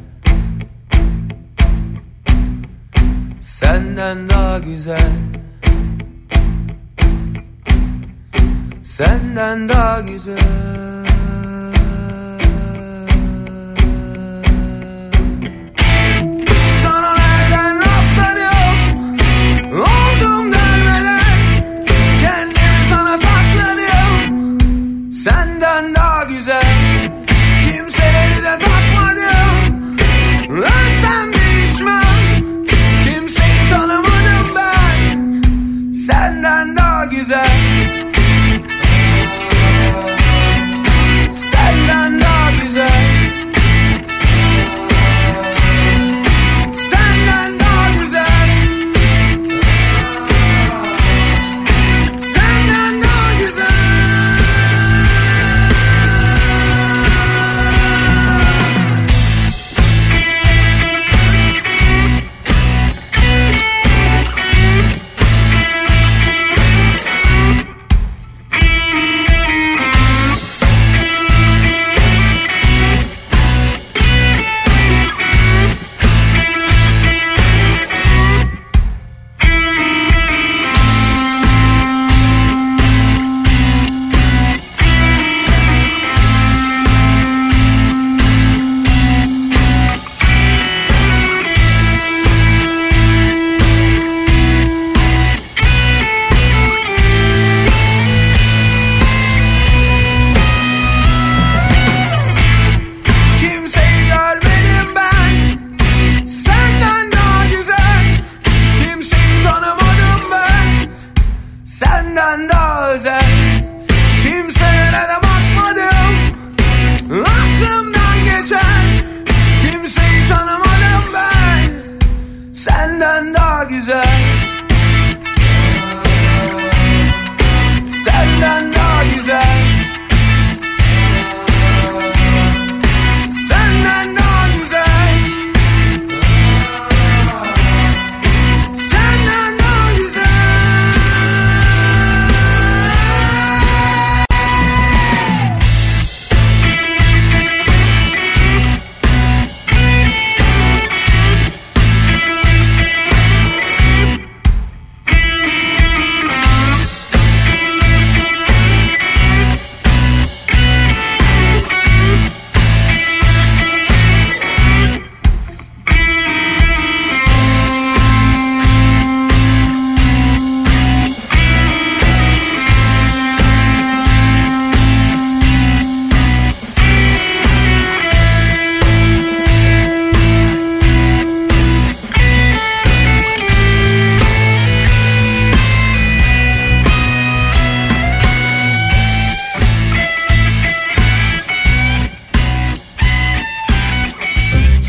S10: Senden daha güzel. Senden daha güzel.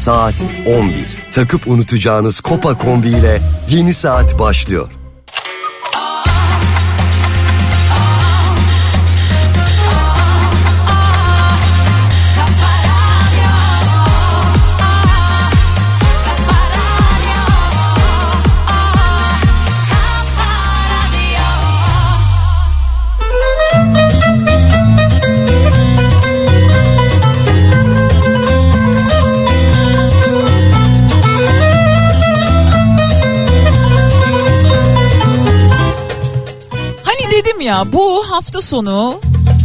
S14: Saat 11. Takıp unutacağınız Kopa Kombi ile yeni saat başlıyor.
S3: Ya bu hafta sonu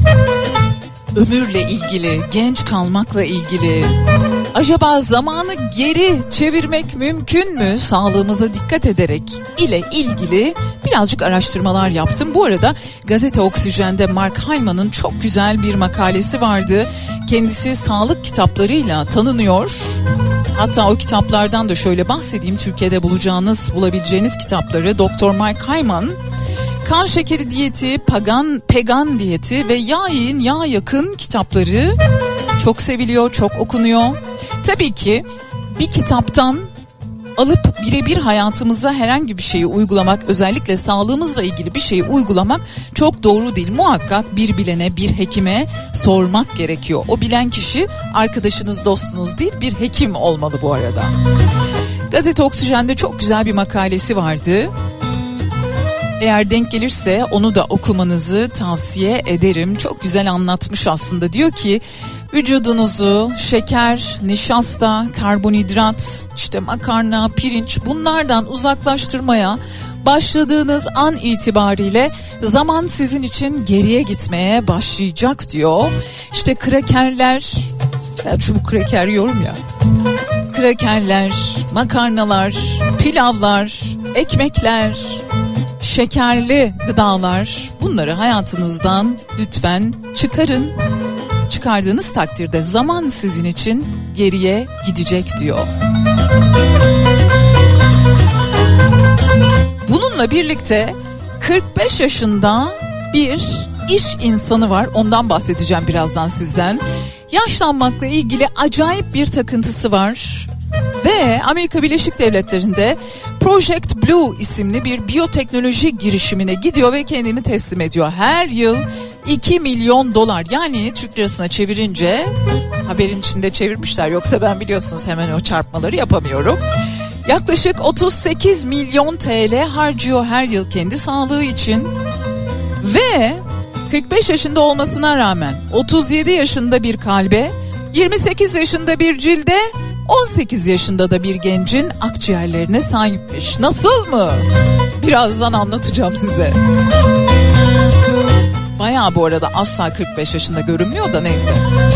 S3: ömürle ilgili, genç kalmakla ilgili, acaba zamanı geri çevirmek mümkün mü sağlığımıza dikkat ederek ile ilgili birazcık araştırmalar yaptım. Bu arada Gazete Oksijen'de Mark Hyman'ın çok güzel bir makalesi vardı. Kendisi sağlık kitaplarıyla tanınıyor. Hatta o kitaplardan da şöyle bahsedeyim. Türkiye'de bulabileceğiniz kitapları Dr. Mark Hyman, kan şekeri diyeti, pegan diyeti ve yağ yakın kitapları çok seviliyor, çok okunuyor. Tabii ki bir kitaptan alıp birebir hayatımıza herhangi bir şeyi uygulamak, özellikle sağlığımızla ilgili bir şeyi uygulamak çok doğru değil. Muhakkak bir bilene, bir hekime sormak gerekiyor. O bilen kişi arkadaşınız, dostunuz değil, bir hekim olmalı bu arada. Gazete Oksijen'de çok güzel bir makalesi vardı. Eğer denk gelirse onu da okumanızı tavsiye ederim. Çok güzel anlatmış aslında. Diyor ki vücudunuzu şeker, nişasta, karbonhidrat, işte makarna, pirinç bunlardan uzaklaştırmaya başladığınız an itibariyle zaman sizin için geriye gitmeye başlayacak diyor. İşte krakerler, ben çubuk kraker yiyorum ya. Krakerler, makarnalar, pilavlar, ekmekler, şekerli gıdalar, bunları hayatınızdan lütfen çıkarın. Çıkardığınız takdirde zaman sizin için geriye gidecek diyor. Bununla birlikte 45 yaşında bir iş insanı var. Ondan bahsedeceğim birazdan sizden. Yaşlanmakla ilgili acayip bir takıntısı var. Ve Amerika Birleşik Devletleri'nde Project Blue isimli bir biyoteknoloji girişimine gidiyor ve kendini teslim ediyor. Her yıl 2 milyon dolar, yani Türk lirasına çevirince, haberin içinde çevirmişler yoksa ben biliyorsunuz hemen o çarpmaları yapamıyorum. Yaklaşık 38 milyon TL harcıyor her yıl kendi sağlığı için ve 45 yaşında olmasına rağmen 37 yaşında bir kalbe, 28 yaşında bir cilde, 18 yaşında da bir gencin akciğerlerine sahipmiş. Nasıl mı? Birazdan anlatacağım size. Bayağı bu arada asla 45 yaşında görünmüyor da neyse.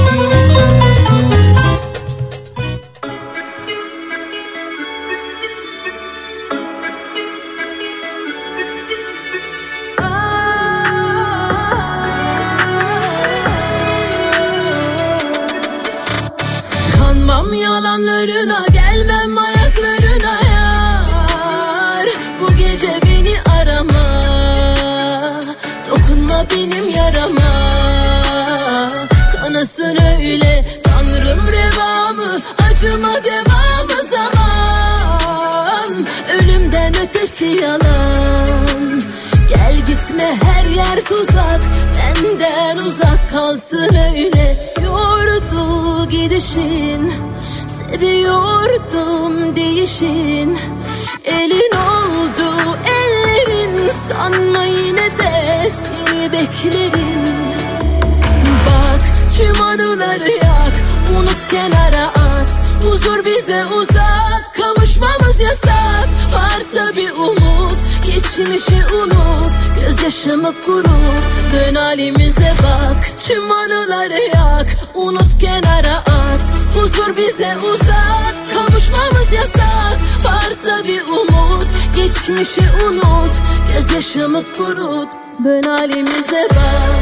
S15: Kanmam yalanlarına, gelmem ayaklarına yar. Bu gece beni arama, dokunma benim yarama. Kanasın öyle Tanrım revamı, acıma devamı zaman. Ölümden ötesi yalan, gel gitme her yer tuzak. Benden uzak kalsın öyle, yordu gidişin. Seviyordum değişin, elin oldu ellerin. Sanma yine de seni beklerim. Bak tüm anıları yak, unut kenara at. Huzur bize uzak, kavuşmamız yasak. Varsa bir umut, geçmişi unut. Gözyaşımı kurut, dön halimize bak. Tüm anıları yak, unut kenara at. Huzur bize uzak, kavuşmamız yasak. Varsa bir umut, geçmişi unut. Gözyaşımı kurut, dön halimize bak.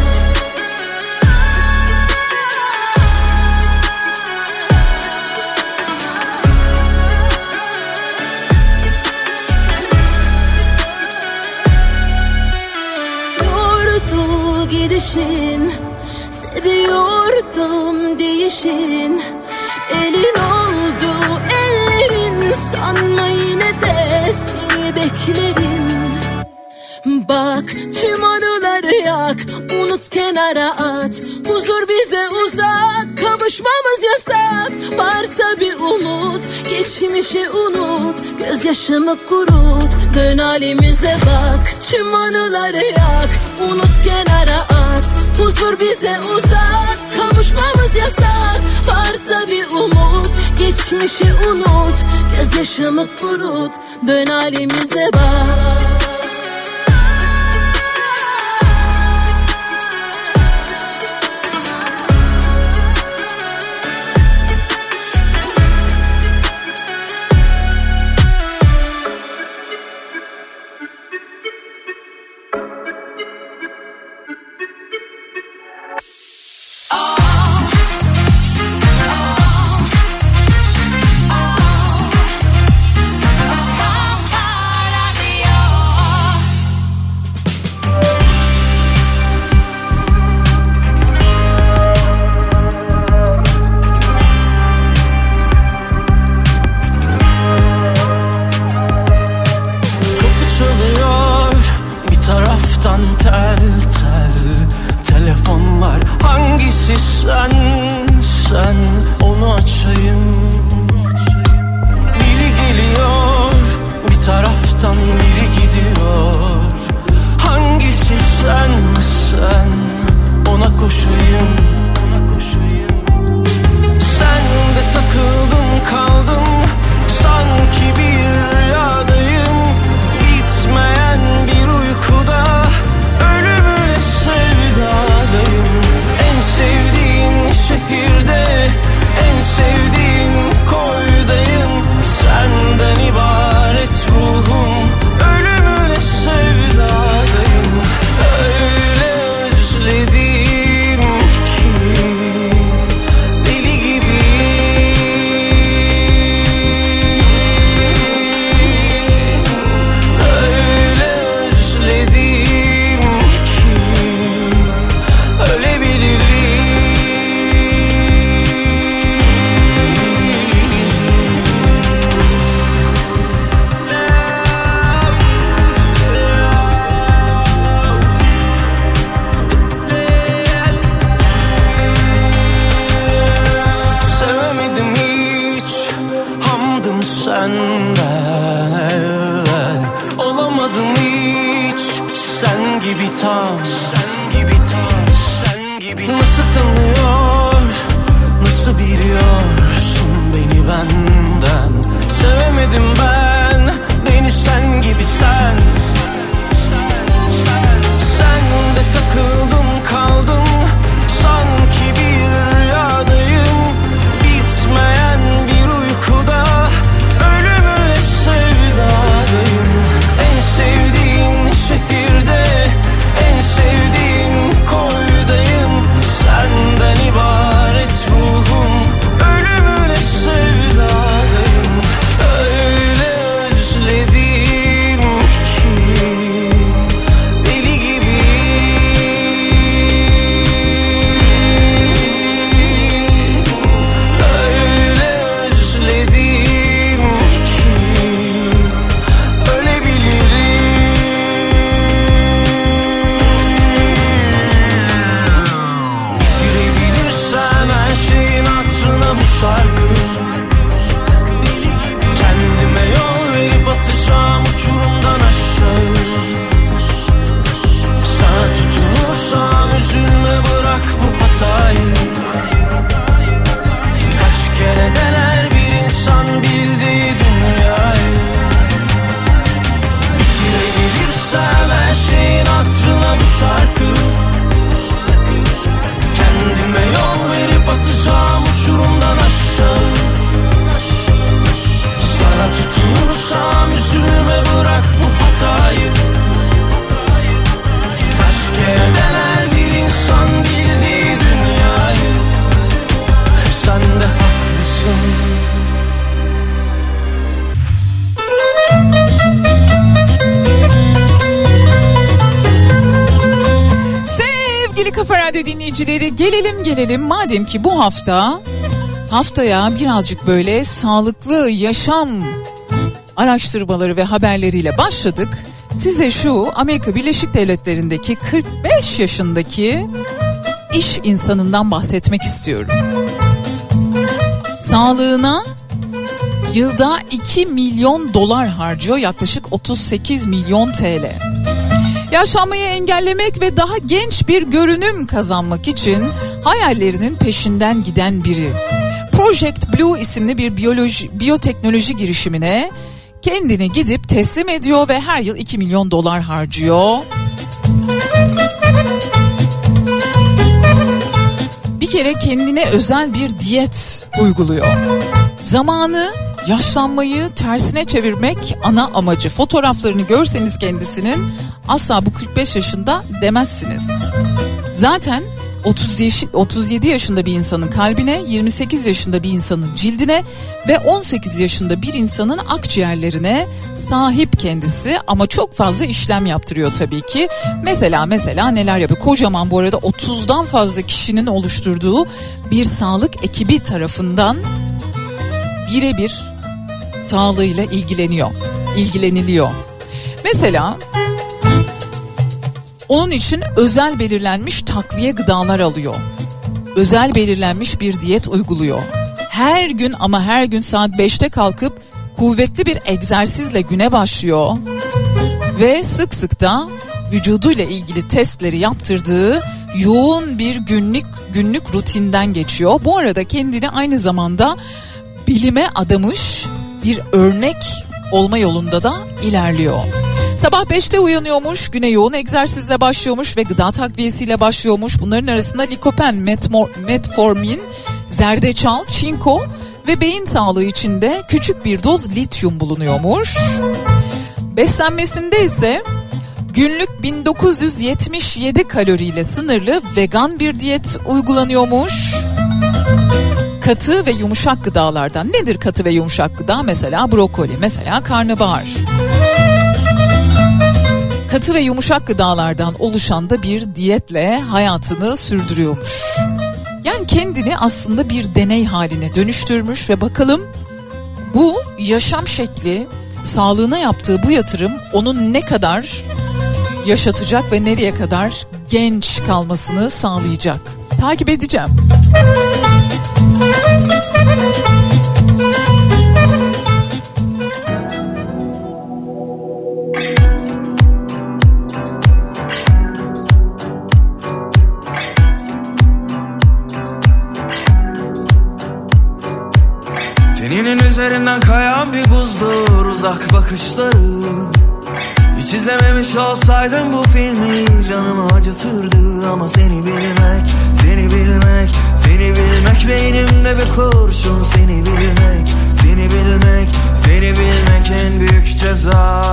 S15: Gidişin, seviyordum değişin. Elin oldu seni beklerim. Bak tüm anıları yak, unut kenara at. Huzur bize uzak, kavuşmamız yasak. Varsa bir umut, geçmişi unut. Gözyaşımı kurut, dön halimize bak. Tüm anıları yak, unut kenara at. Huzur bize uzak, kavuşmamız yasak. Varsa bir umut, geçmişi unut. Gözyaşımı kurut, dön halimize bak.
S3: Kafa Radyo dinleyicileri, gelelim madem ki bu haftaya birazcık böyle sağlıklı yaşam araştırmaları ve haberleriyle başladık. Size şu Amerika Birleşik Devletleri'ndeki 45 yaşındaki iş insanından bahsetmek istiyorum. Sağlığına yılda 2 milyon dolar harcıyor, yaklaşık 38 milyon TL. Yaşlanmayı engellemek ve daha genç bir görünüm kazanmak için hayallerinin peşinden giden biri. Project Blue isimli bir biyoteknoloji girişimine kendini gidip teslim ediyor ve her yıl 2 milyon dolar harcıyor. Bir kere kendine özel bir diyet uyguluyor. Zamanı, yaşlanmayı tersine çevirmek ana amacı. Fotoğraflarını görseniz kendisinin asla bu 45 yaşında demezsiniz. Zaten 37 yaşında bir insanın kalbine, 28 yaşında bir insanın cildine ve 18 yaşında bir insanın akciğerlerine sahip kendisi, ama çok fazla işlem yaptırıyor tabii ki. Mesela neler yapıyor? Kocaman, bu arada 30'dan fazla kişinin oluşturduğu bir sağlık ekibi tarafından birebir sağlığıyla ilgileniliyor. Mesela onun için özel belirlenmiş takviye gıdalar alıyor. Özel belirlenmiş bir diyet uyguluyor. Her gün saat 5'te kalkıp kuvvetli bir egzersizle güne başlıyor. Ve sık sık da vücuduyla ilgili testleri yaptırdığı yoğun bir günlük rutinden geçiyor. Bu arada kendini aynı zamanda bilime adamış bir örnek olma yolunda da ilerliyor. Sabah 5'te uyanıyormuş, güne yoğun egzersizle başlıyormuş ve gıda takviyesiyle başlıyormuş. Bunların arasında likopen, metformin, zerdeçal, çinko ve beyin sağlığı için de küçük bir doz lityum bulunuyormuş. Beslenmesinde ise günlük 1977 kaloriyle sınırlı vegan bir diyet uygulanıyormuş. Katı ve yumuşak gıdalardan. Nedir katı ve yumuşak gıda? Mesela brokoli, mesela karnabahar. Katı ve yumuşak gıdalardan oluşan da bir diyetle hayatını sürdürüyormuş. Yani kendini aslında bir deney haline dönüştürmüş ve bakalım bu yaşam şekli, sağlığına yaptığı bu yatırım onun ne kadar yaşatacak ve nereye kadar genç kalmasını sağlayacak. Takip edeceğim.
S10: Teninin üzerinden kayan bir buzdur uzak bakışların. Hiç izlememiş olsaydım bu filmi canımı acıtırdı. Ama seni bilmek beynimde bir kurşun. Seni bilmek en büyük ceza.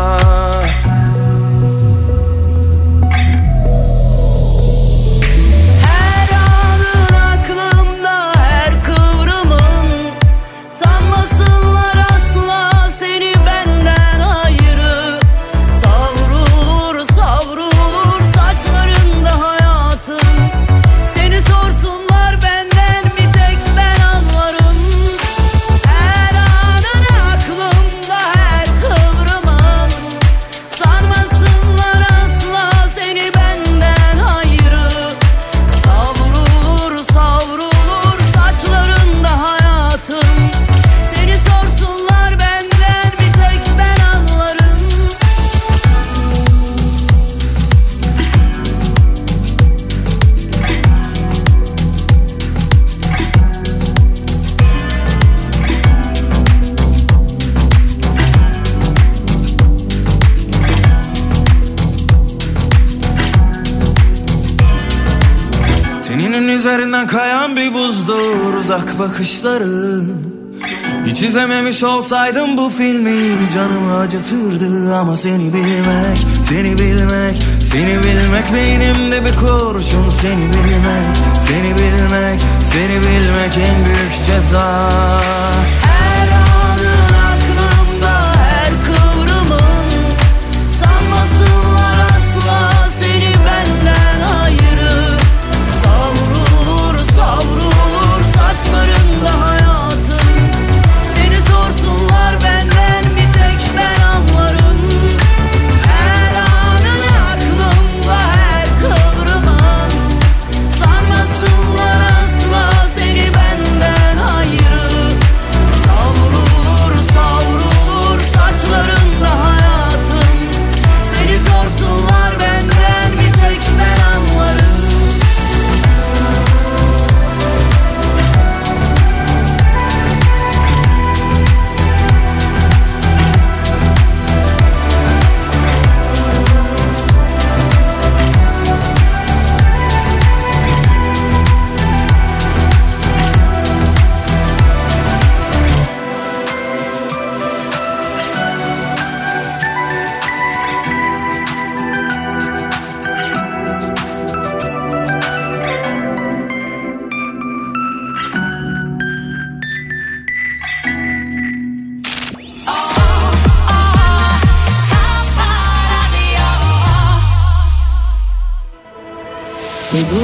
S10: Üzerinden kayan bir buzdur uzak bakışların. Hiç izlememiş olsaydım bu filmi canımı acıtırdı. Ama seni bilmek beynimde bir kurşun. Seni bilmek en büyük ceza.
S6: Saçlarında hayatım. Seni sorsunlar benden bir tek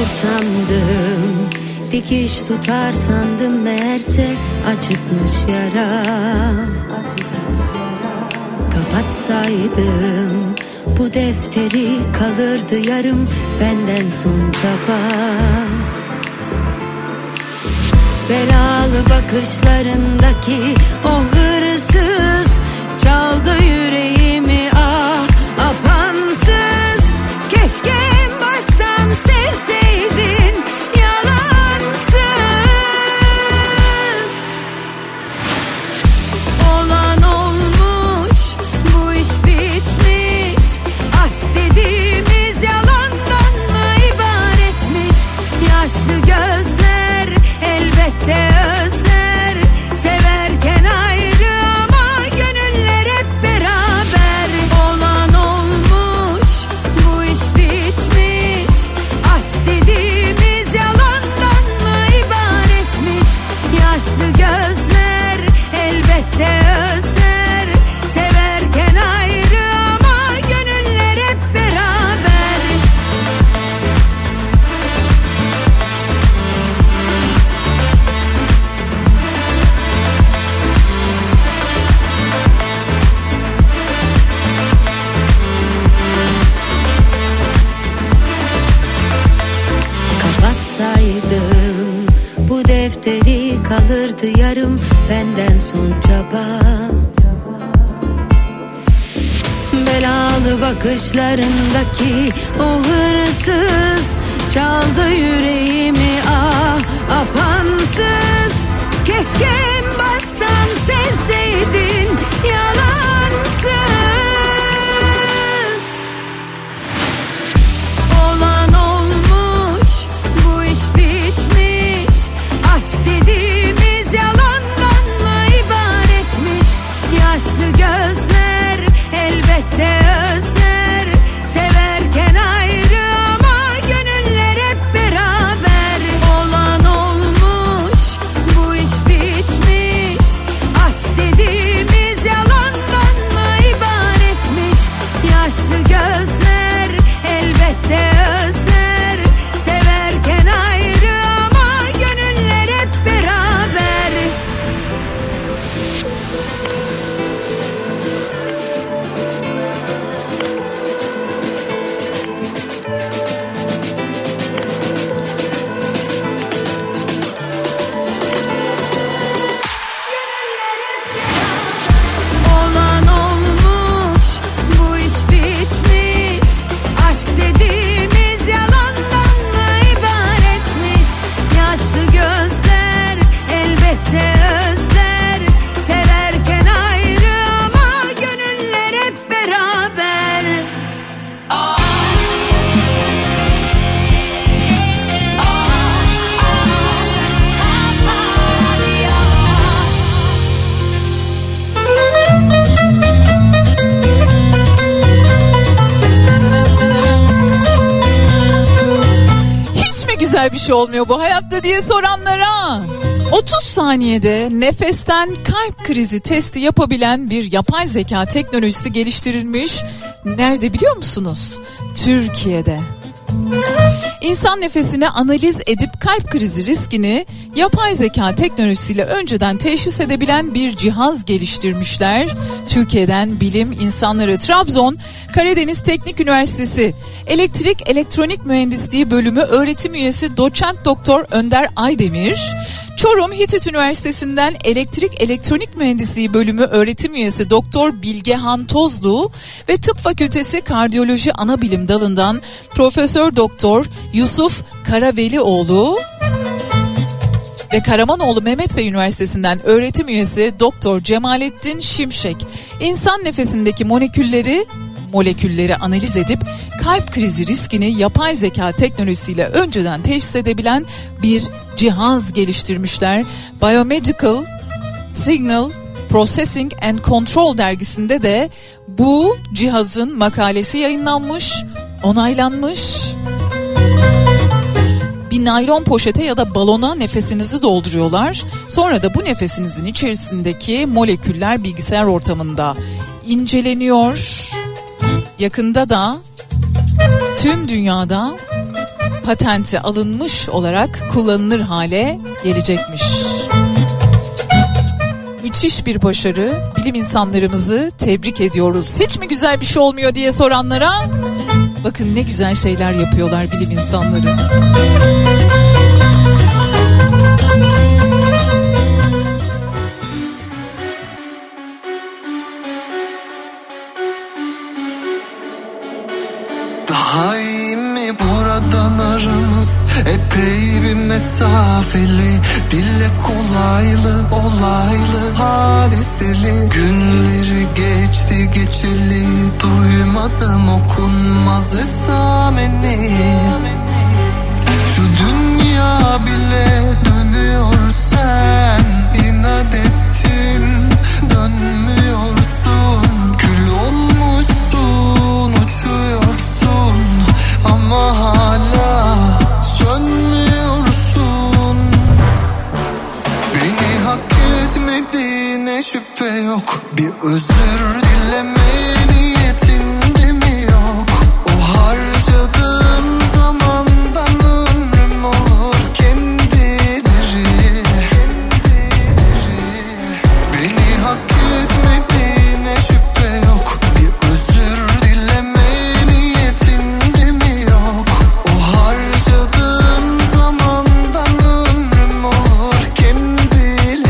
S16: sandım, dikiş tutar sandım, meğerse acıtmış yara. Kapatsaydım bu defteri, kalırdı yarım benden son çaba. Belalı bakışlarındaki o hırsız çaldı yüreğimi, ah apansız. Keşke en baştan sevseydin yalansız. Olan olmuş, bu iş bitmiş. Aşk dediğimiz yalandan mı ibaretmiş? Yaşlı gözler elbette özler, severken ayrı ama gönüller hep beraber. Olan olmuş, bu iş bitmiş. Aşk dediğimiz yalandan mı ibaretmiş? Yaşlı gözler elbette özler, severken ayrı ama gönüller hep beraber. Kapatsaydım bu defteri, kalırdı yarım benden son çaba. Belalı bakışlarındaki o hırsız çaldı yüreğimi, ah apansız. Keşke en baştan sevseydin yalansız. Olan olmuş, bu iş bitmiş. Aşk dediğimiz yalandan mı ibaretmiş? Yaşlı gözler elbette özler, severken ayrı ama gönüller hep beraber. Olan olmuş, bu iş bitmiş. Aşk dediğimiz yalandan mı ibaretmiş? Yaşlı gözler elbette özler, severken ayrı ama gönüller hep beraber. Olan olmuş, bu iş bitmiş. Aşk dediğimiz yalandan mı ibaretmiş? Yaşlı gözler elbette özler, severken ayrı ama gönüller hep beraber.
S3: Hiç mi güzel bir şey olmuyor bu hayatta diye soranlara 30 saniyede nefesten kalp krizi testi yapabilen bir yapay zeka teknolojisi geliştirilmiş. Nerede biliyor musunuz? Türkiye'de. İnsan nefesini analiz edip kalp krizi riskini yapay zeka teknolojisiyle önceden teşhis edebilen bir cihaz geliştirmişler. Türkiye'den bilim insanları. Trabzon Karadeniz Teknik Üniversitesi Elektrik Elektronik Mühendisliği Bölümü öğretim üyesi doçent doktor Önder Aydemir, Çorum Hitit Üniversitesi'nden Elektrik Elektronik Mühendisliği Bölümü öğretim üyesi Doktor Bilgehan Tozlu ve Tıp Fakültesi Kardiyoloji Anabilim Dalı'ndan Profesör Doktor Yusuf Karavelioğlu ve Karamanoğlu Mehmet Bey Üniversitesi'nden öğretim üyesi Doktor Cemalettin Şimşek, insan nefesindeki molekülleri analiz edip kalp krizi riskini yapay zeka teknolojisiyle önceden teşhis edebilen bir cihaz geliştirmişler. Biomedical Signal Processing and Control dergisinde de bu cihazın makalesi yayınlanmış, onaylanmış. Bir naylon poşete ya da balona nefesinizi dolduruyorlar. Sonra da bu nefesinizin içerisindeki moleküller bilgisayar ortamında inceleniyor. Yakında da tüm dünyada patenti alınmış olarak kullanılır hale gelecekmiş. Müthiş bir başarı. Bilim insanlarımızı tebrik ediyoruz. Hiç mi güzel bir şey olmuyor diye soranlara, bakın ne güzel şeyler yapıyorlar bilim insanları.
S13: Daha iyi mi buradan aramız epey bir mesafeli, dille kolaylı olaylı hadiseli, günleri geçti geçeli, duymadım okunmaz esameni. Şu dünya bile dönüyor, sen inat ettin dönmüyorsun, kül olmuşsun uçuyorsun ama hala sönmüyorsun. Beni hak etmediğine şüphe yok, bir özür dileme niyetinde mi yok? O harcadığın zamandan ömrüm olur kendileri. Beni hak etmediğine şüphe yok, bir özür dileme niyetinde mi yok? O harcadığın zamandan ömrüm olur kendileri.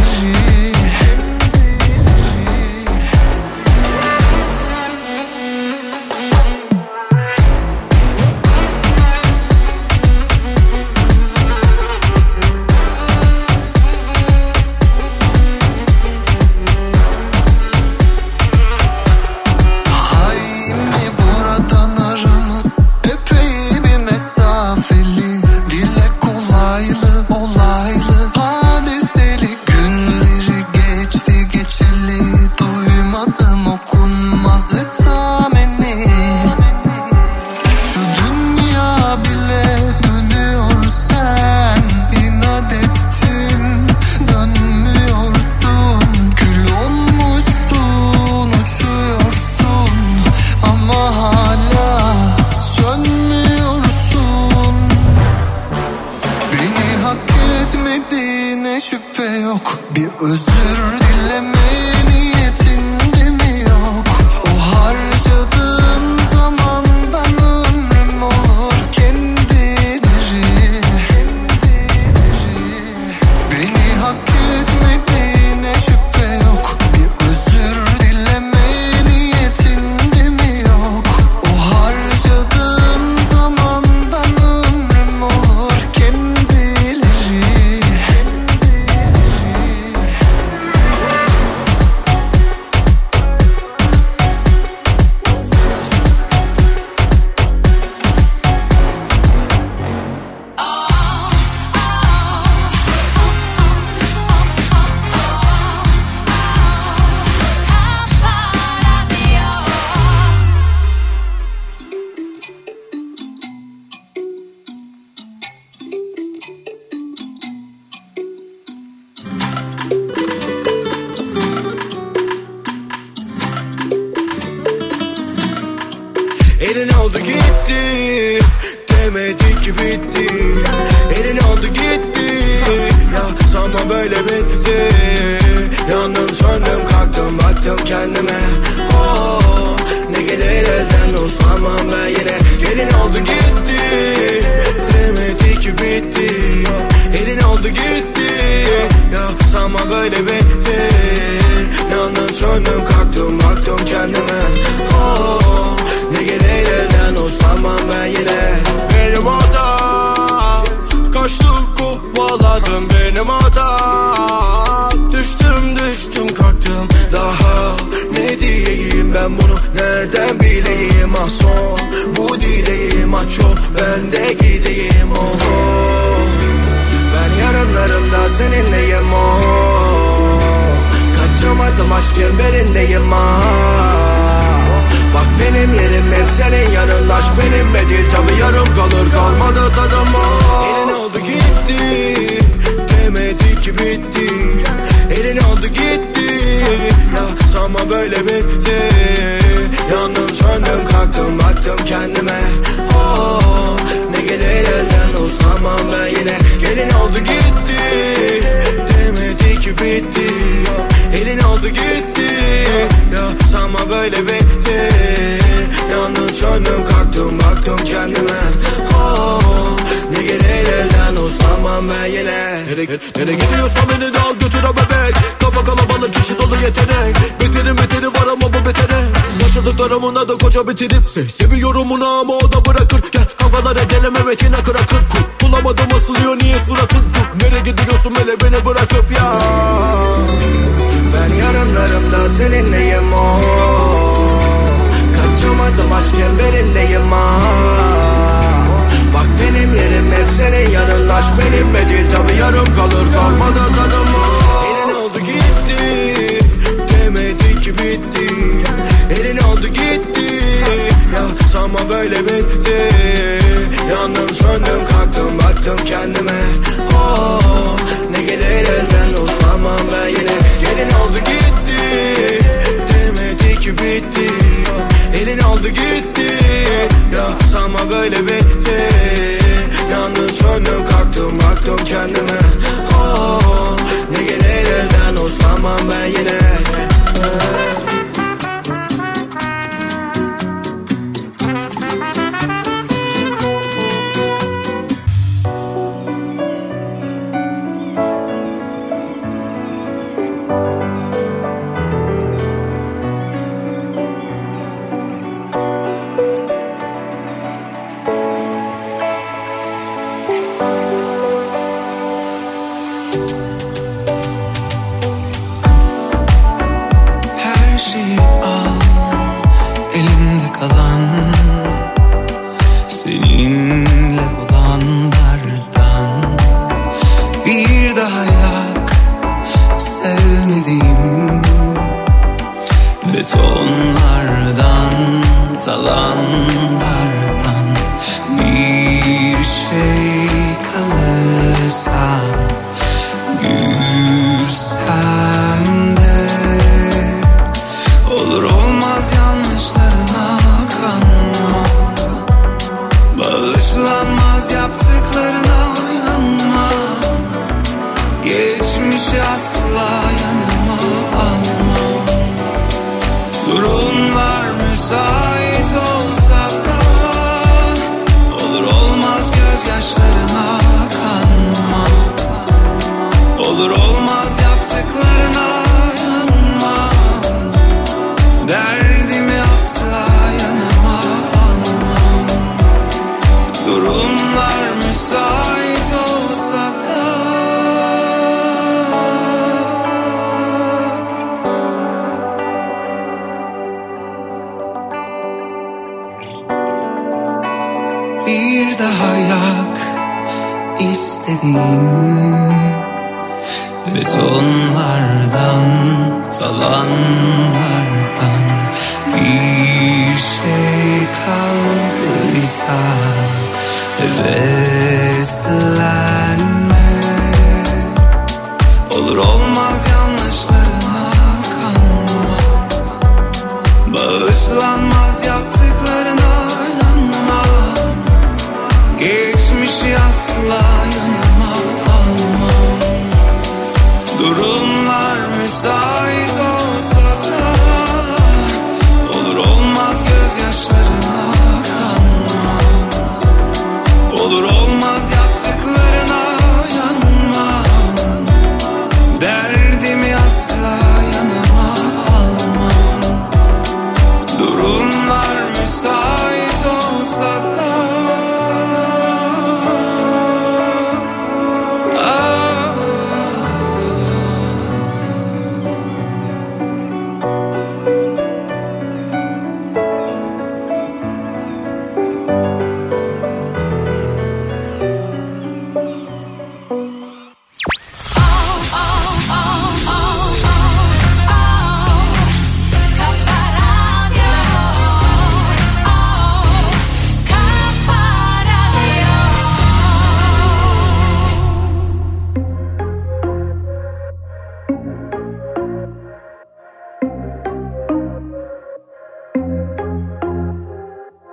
S13: Daha iyi mi buradan aramız epey bir mesafeli, dile kolaylı olaylı hadiseli, günleri geçti geçeli, duymadım okunmaz esameni. Şu dünya bile dönüyor, sen inat ettin dönmüyorsun, kül olmuşsun uçuyorsun ama hala sönmüyorsun. Beni hak etmediğine şüphe yok, bir özür dileme niyetinde mi yok? O harcadığın zamandan ömrüm olur kendileri. Beni hak etmediğine şüphe yok, bir özür dileme niyetinde mi yok? O harcadığın zamandan ömrüm olur kendileri.
S17: Elin oldu gitti, demedi ki bitti. Elin oldu gitti, ya sanma böyle bitti. Yandım söndüm kalktım baktım kendime. Oh, ne gelir elden uslanmam ben yine. Elin oldu gitti, demedi ki bitti. Elin oldu gitti, ya sanma böyle bitti. Yandım söndüm kalktım baktım kendime. Oh, ne gelir elden uslanmam ben yine. Benim hatam, kaçtım kovaladım benim hatam. Düştüm kalktım, daha ne diyeyim ben bunu nereden bileyim? Ah son bu dileğim, ah çok ben de gideyim. Oh, oh. Ben yarınlarımda seninleyim. Oh, kaçamadım aşk çemberindeyim. Ah, bak benim yerim hep senin yanın, aşk benimle değil tabi yarım kalır kalmadı tadım. Elin oldu gitti, demedi ki bitti. Elin oldu gitti, ya sanma böyle bitti. Yandım söndüm kalktım baktım kendime. Oh, ne gelir elden oldu gitti, demedi ki bitti. Elin oldu gitti, ya sanma böyle bitti. Yalnız döndüm kalktım baktım kendime. Oh, ne gelir elden uslanmam ben yine. Nereye gidiyorsan beni de al götür o bebek. Kafa kalabalık kişi dolu yetenek. Beteri var ama bu betere. Yaşadıklarımın adı koca bitirip seviyorum onu ama o da bırakır. Gel kavgalara gelemem etine kırakır. Bulamadım asılıyor niye suratın. Nereye gidiyorsun hele beni bırakıp ya. Ben yarınlarımda seninleyim o. Kaçamadım aşk çemberindeyim ha. Bak benim yerim hep senin yanın. Aşk benimle değil tabi yarım kalır kalmadı tadım o. Elin oldu gitti, demedi ki bitti. Elin oldu gitti, ya sanma böyle bitti. Yandım söndüm kalktım baktım kendime. Oh, ne gelir elden uslanmam ben yine. Elin oldu gitti, demedi ki bitti. Elin oldu gitti, ya sanma böyle bitti. Yandım söndüm kalktım baktım kendime. Oh, ne gelir elden uslanmam ben yine.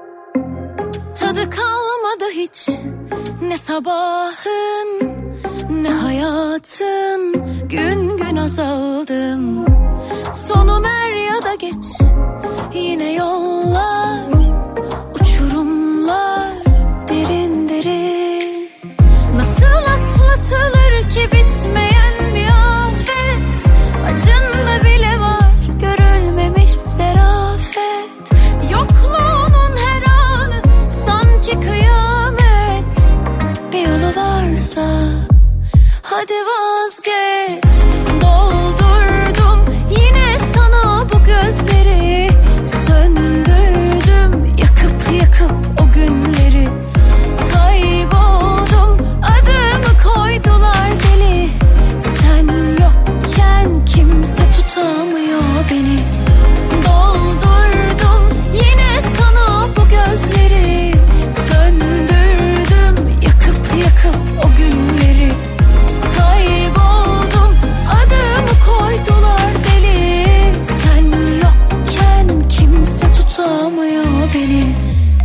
S15: Tadı kalmadı hiç ne sabahın ben hayatın gün gün azaldım. Sonum er ya da geç yine yollar, uçurumlar derin derin. Nasıl atlatılır ki bitmeyen bir afet, acında bile var görülmemiş serafet. Yokluğunun her anı sanki kıyamet. Bir yolu varsa hadi vazgeç. Doldurdum yine sana bu gözleri, söndürdüm yakıp yakıp o günleri. Kayboldum adımı koydular deli. Sen yokken kimse tutamıyor beni. Doldurdum yine sana bu gözleri, söndürdüm yakıp yakıp o günleri. Kayboldum adımı koydular deli. Sen yokken kimse tutamıyor beni.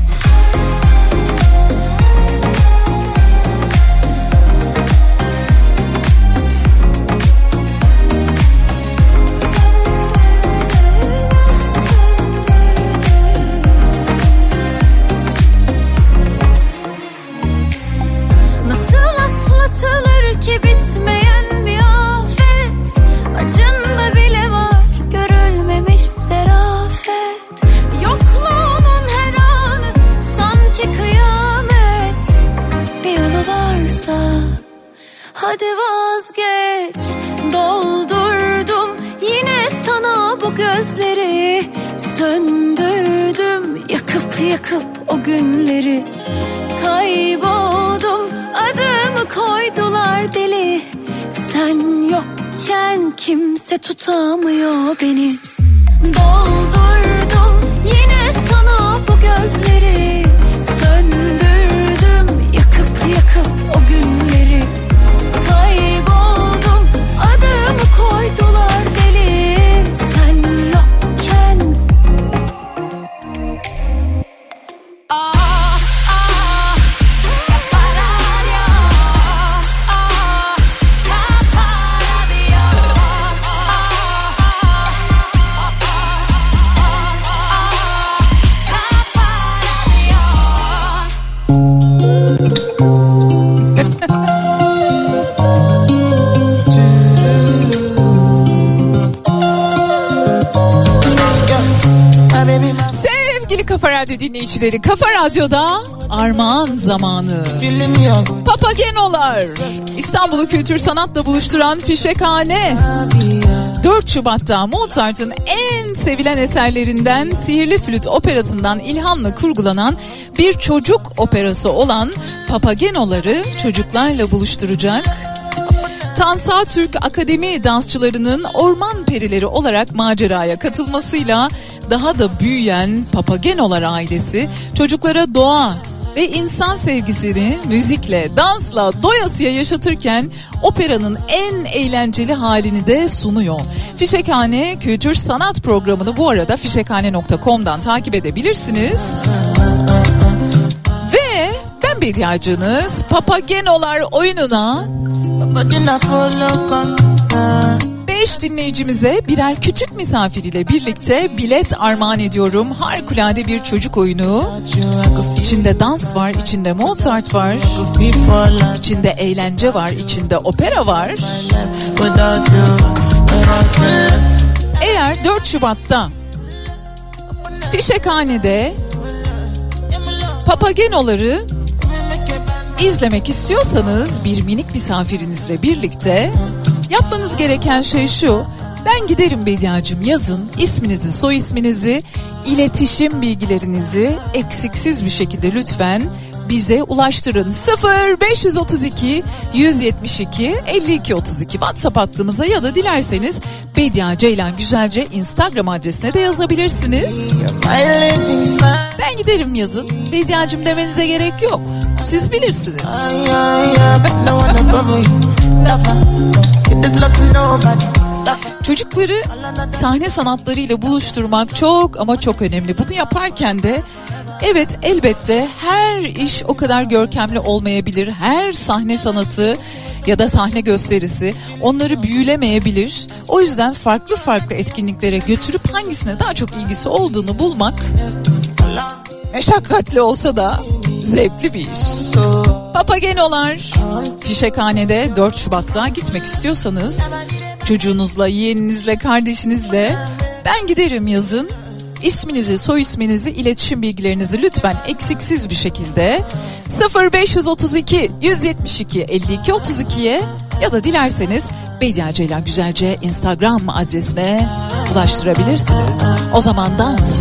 S15: Atlatılır ki bitmeyen bir afet, acında bile var görülmemiş serafet. Yokluğunun her anı sanki kıyamet. Bir yolu varsa hadi vazgeç. Doldurdum yine sana bu gözleri, söndürdüm yakıp yakıp o günleri. Kayboldum adımı koydular deli. Sen yokken kimse tutamıyor beni. Doldurdum yine sana bu gözleri, söndürdüm yakıp yakıp o günleri. Kayboldum adımı koydular deli. Sen yokken
S3: Kafa Radyo dinleyicileri, Kafa Radyo'da armağan zamanı. Papagenolar, İstanbul'u kültür sanatla buluşturan Fişekhane. 4 Şubat'ta Mozart'ın en sevilen eserlerinden Sihirli Flüt operasından ilhamla kurgulanan bir çocuk operası olan Papagenoları çocuklarla buluşturacak. Tansa Türk Akademi dansçılarının orman perileri olarak maceraya katılmasıyla daha da büyüyen Papagenolar ailesi çocuklara doğa ve insan sevgisini müzikle, dansla doyasıya yaşatırken operanın en eğlenceli halini de sunuyor. Fişekhane Kültür Sanat programını bu arada fişekhane.com'dan takip edebilirsiniz. Ve ben Bediacınız Papagenolar oyununa 5 dinleyicimize birer küçük misafir ile birlikte bilet armağan ediyorum. Harikulade bir çocuk oyunu. İçinde dans var, içinde Mozart var, içinde eğlence var, içinde opera var. Eğer 4 Şubat'ta Fişekhane'de Papagenoları İzlemek istiyorsanız bir minik misafirinizle birlikte yapmanız gereken şey şu: ben giderim Bediacığım yazın, isminizi, soy isminizi, iletişim bilgilerinizi eksiksiz bir şekilde lütfen bize ulaştırın. 0532 172 52 32 WhatsApp hattımıza ya da dilerseniz Bedia Ceylan Güzelce Instagram adresine de yazabilirsiniz. Ben giderim yazın, Bediacığım demenize gerek yok. Siz bilirsiniz. Çocukları sahne sanatlarıyla buluşturmak çok ama çok önemli. Bunu yaparken de evet, elbette her iş o kadar görkemli olmayabilir. Her sahne sanatı ya da sahne gösterisi onları büyülemeyebilir. O yüzden farklı farklı etkinliklere götürüp hangisine daha çok ilgisi olduğunu bulmak meşakkatli olsa da zevkli bir iş. Papagenolar Fişekhane'de 4 Şubat'ta gitmek istiyorsanız çocuğunuzla, yeğeninizle, kardeşinizle ben giderim yazın. İsminizi, soy isminizi, iletişim bilgilerinizi lütfen eksiksiz bir şekilde 0532 172 52 32'ye ya da dilerseniz Bediye Ceylan Güzelce Instagram adresine ulaştırabilirsiniz. O zaman dans.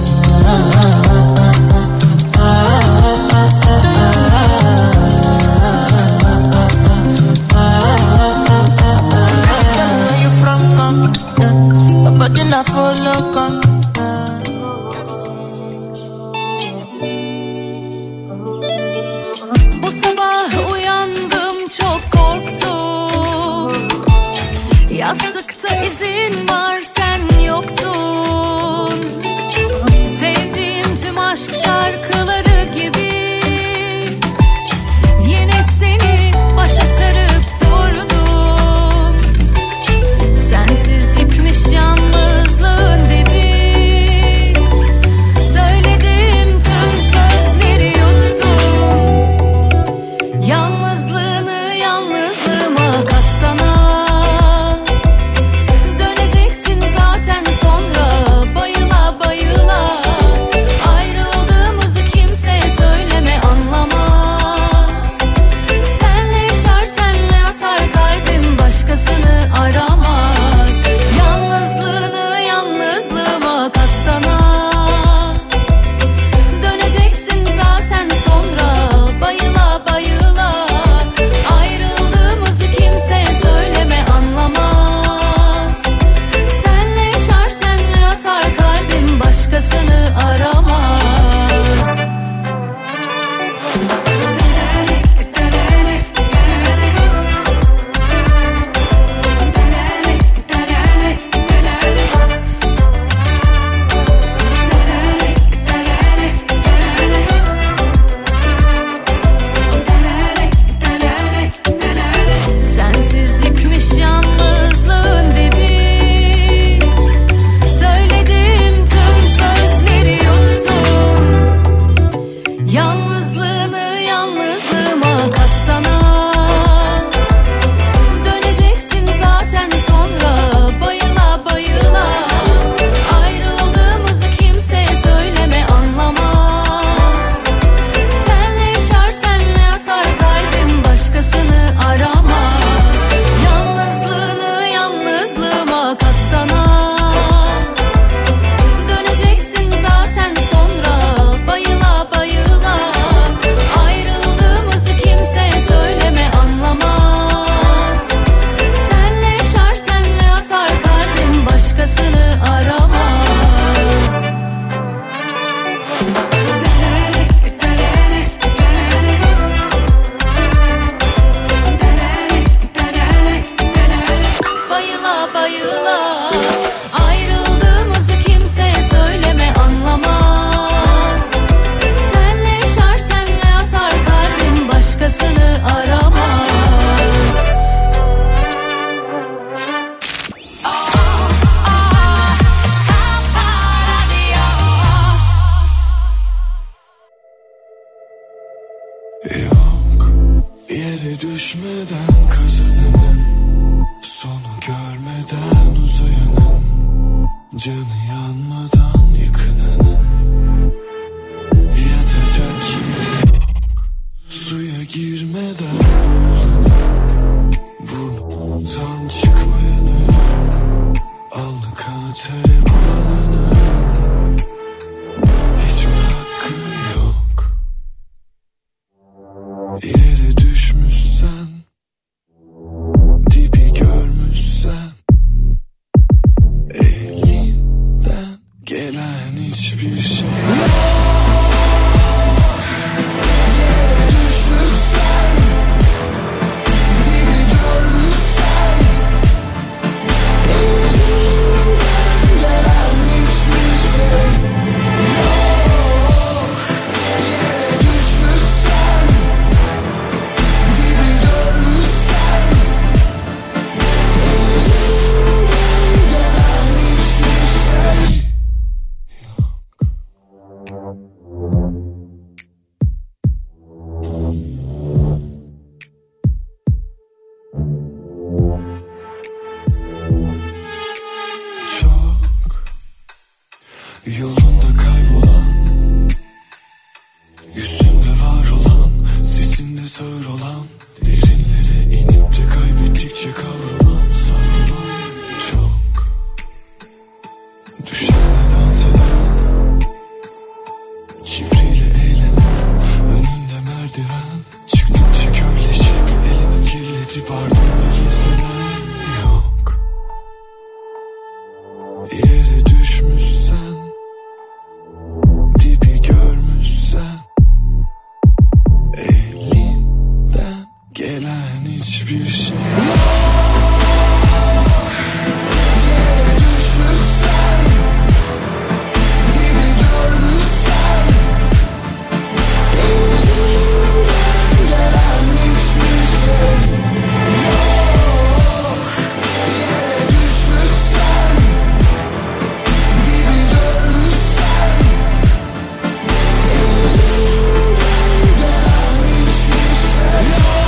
S15: Bu sabah uyandım çok korktum. Yastıkta izin var sen yoktun. Sevdiğim tüm aşk şarkıları gibi yine seni başa sarıp durdum. Sensizlikmiş yalnızlığın dibi. Söyledim tüm sözleri yuttum. Yalnızlığını yalnızlığıma katsana. Döneceksin zaten sonra bayıla bayıla. Ayrıldığımızı kimseye söyleme anlamaz. Senle yaşar senle atar kalbim başkasını aramaz. Yalnızlığını yalnızlığıma katsana. Döneceksin zaten sonra bayıla bayıla. Ayrıldığımızı kimseye söyleme anlamaz. Senle yaşar senle atar kalbim başkasını aramaz. Sensizlikmiş yalnızlığın dibi. Söyledim tüm sözleri yuttum. Yalnızlığını yalnızlığıma katsana. Döneceksin zaten sonra bayıla bayıla. Ayrıldığımızı kimseye söyleme anlamaz. Senle yaşar senle atar kalbim başkasını aramaz. Yalnızlığını yalnızlığıma katsana. Döneceksin zaten sonra bayıla bayıla. Ayrıldığımızı kimseye söyleme anlamaz. Senle yaşar senle atar kalbim başkasını aramaz. Bayıla bayıla. Ayrıldığımızı kimseye söyleme anlamaz. Senle yaşar senle atar kalbim başkasını aramaz.
S13: Yere düşmeden kazananın, sonu görmeden uzayanın, canı yanmadan yıkınanın. Yatacak yeri yok, suya girmeden boğulanın, burnundan çıkmayanın, alnı kana tere bulananın, hiç mi hakkı yok? Yere düşmüşsen, dibi görmüşsen, elinden gelen hiçbir şey yok. Yere düşmüşsen, dibi görmüşsen, elinden gelen Yolunda kaybolan, yüzünde var olan, sesinde sağır olan, derinlere inip de kaybettikçe kavrulan, sarılan çok. Düşenle dans eden, kibriyle eğlenen, önünde merdiven, çıktıkça körleşip elini kirletip ardında gizlenen yok. Yere düşmüşsen, dibi görmüşsen, elinden gelen hiçbir şey yok. Yere düşmüşsen, dibi görmüşsen, elinden gelen hiçbir şey yok. Yere düşmüşsen, dibi görmüşsen, elinden gelen hiçbir şey yok.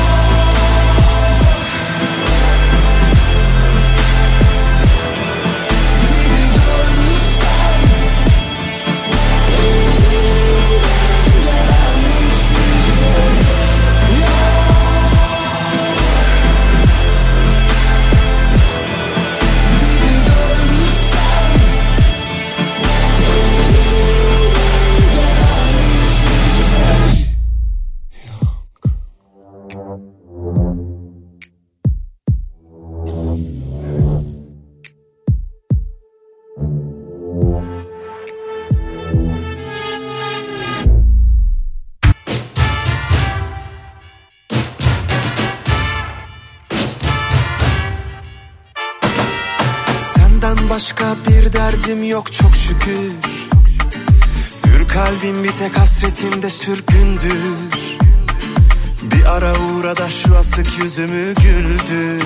S18: Senden başka bir derdim yok çok şükür. Hür kalbim bir tek hasretinde sürgündür. Bir ara uğra da şu asık yüzümü güldür.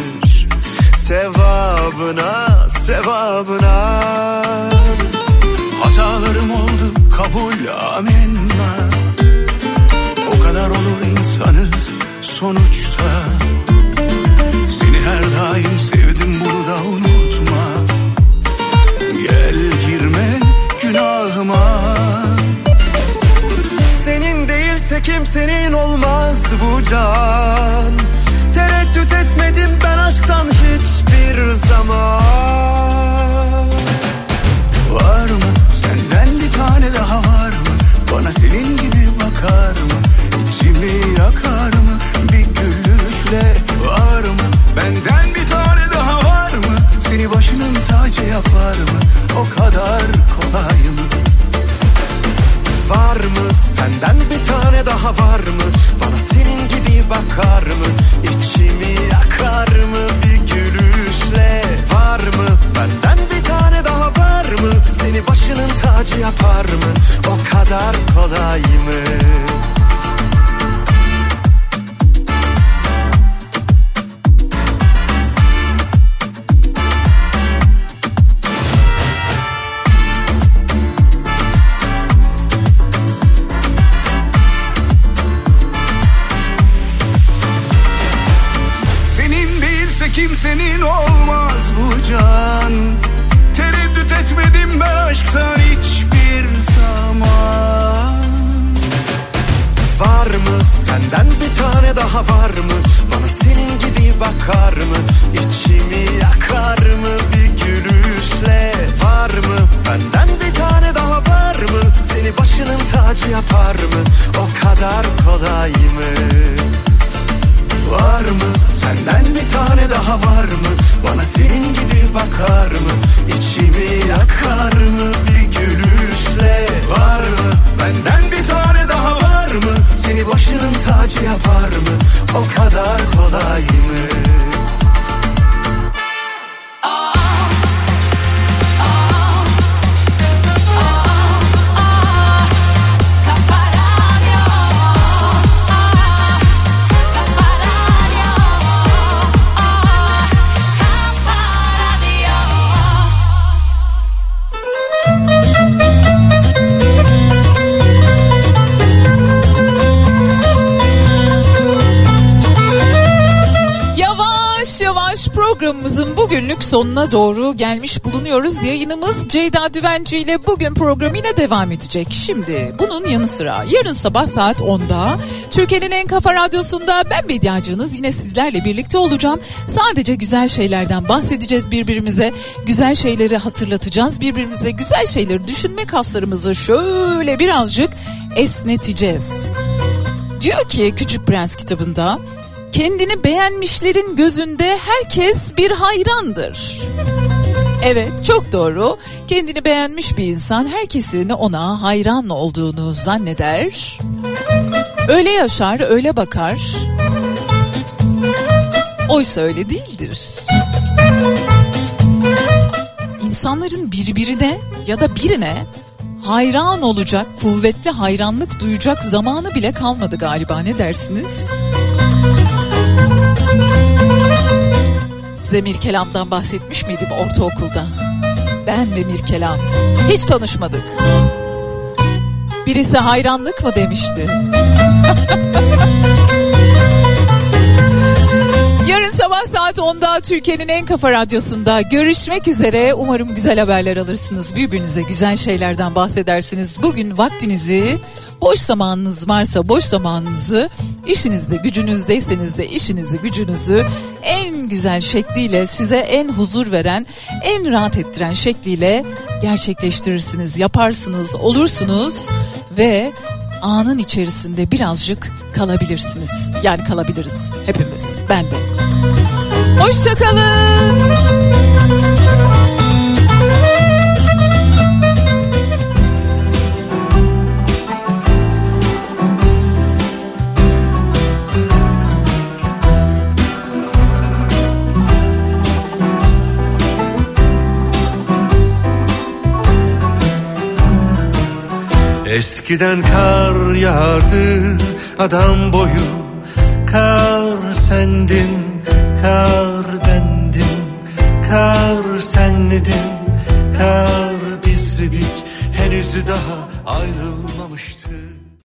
S18: Sevabına, sevabına.
S13: Hatalarım oldu kabul amenna. O kadar olur insanız sonuçta. Seni her daim sevdim bunu da unutma. Gel girme günahıma.
S18: Senin değilse kimsenin olmaz bu can. Tereddüt etmedim ben aşktan hiçbir zaman.
S13: Var mı senden bir tane daha var mı? Bana senin gibi bakar mı? İçimi yakar mı? Bir gülüşle var mı? Benden bir tane daha var mı? Seni başının tacı yapar mı? O kadar kolay mı?
S18: Var mı senden bir tane daha var mı? Bana senin gibi bakar mı? İçimi yakar mı bir gülüşle? Var mı benden bir tane daha var mı? Seni başının tacı yapar mı? O kadar kolay mı?
S13: Kimsenin olmaz bu can. Tereddüt etmedim ben aşktan hiçbir zaman.
S18: Var mı senden bir tane daha var mı? Bana senin gibi bakar mı? İçimi yakar mı bir gülüşle? Var mı benden bir tane daha var mı? Seni başının tacı yapar mı? O kadar kolay mı?
S13: Var mı senden bir tane daha var mı? Bana senin gibi bakar mı? İçimi yakar mı bir gülüşle? Var mı benden bir tane daha var mı? Seni başının tacı yapar mı? O kadar kolay mı?
S3: bugünlük sonuna doğru gelmiş bulunuyoruz. Yayınımız Ceyda Düvenci ile bugün programıyla devam edecek. Şimdi bunun yanı sıra yarın sabah saat 10'da Türkiye'nin en kafa radyosunda ben Bediacınız yine sizlerle birlikte olacağım. Sadece güzel şeylerden bahsedeceğiz birbirimize. Güzel şeyleri hatırlatacağız birbirimize. Güzel şeyleri düşünme kaslarımızı şöyle birazcık esneteceğiz. Diyor ki Küçük Prens kitabında, kendini beğenmişlerin gözünde herkes bir hayrandır. Evet, çok doğru. Kendini beğenmiş bir insan herkesin ona hayran olduğunu zanneder. Öyle yaşar, öyle bakar. Oysa öyle değildir. İnsanların birbirine ya da birine hayran olacak, kuvvetli hayranlık duyacak zamanı bile kalmadı galiba, ne dersiniz? Size Mirkelam'dan bahsetmiş miydim ortaokulda? Ben ve Mirkelam hiç tanışmadık. Birisi hayranlık mı demişti? Yarın sabah saat 10'da Türkiye'nin en kafa radyosunda görüşmek üzere. Umarım güzel haberler alırsınız. Birbirinize güzel şeylerden bahsedersiniz. Bugün vaktinizi, boş zamanınız varsa boş zamanınızı, işinizde gücünüzdeyseniz de işinizi gücünüzü en güzel şekliyle, size en huzur veren, en rahat ettiren şekliyle gerçekleştirirsiniz. Yaparsınız, olursunuz ve anın içerisinde birazcık kalabilirsiniz. Yani kalabiliriz hepimiz, ben de. Hoşça kalın.
S18: Eskiden kar yağardı adam boyu, kar sendin, kar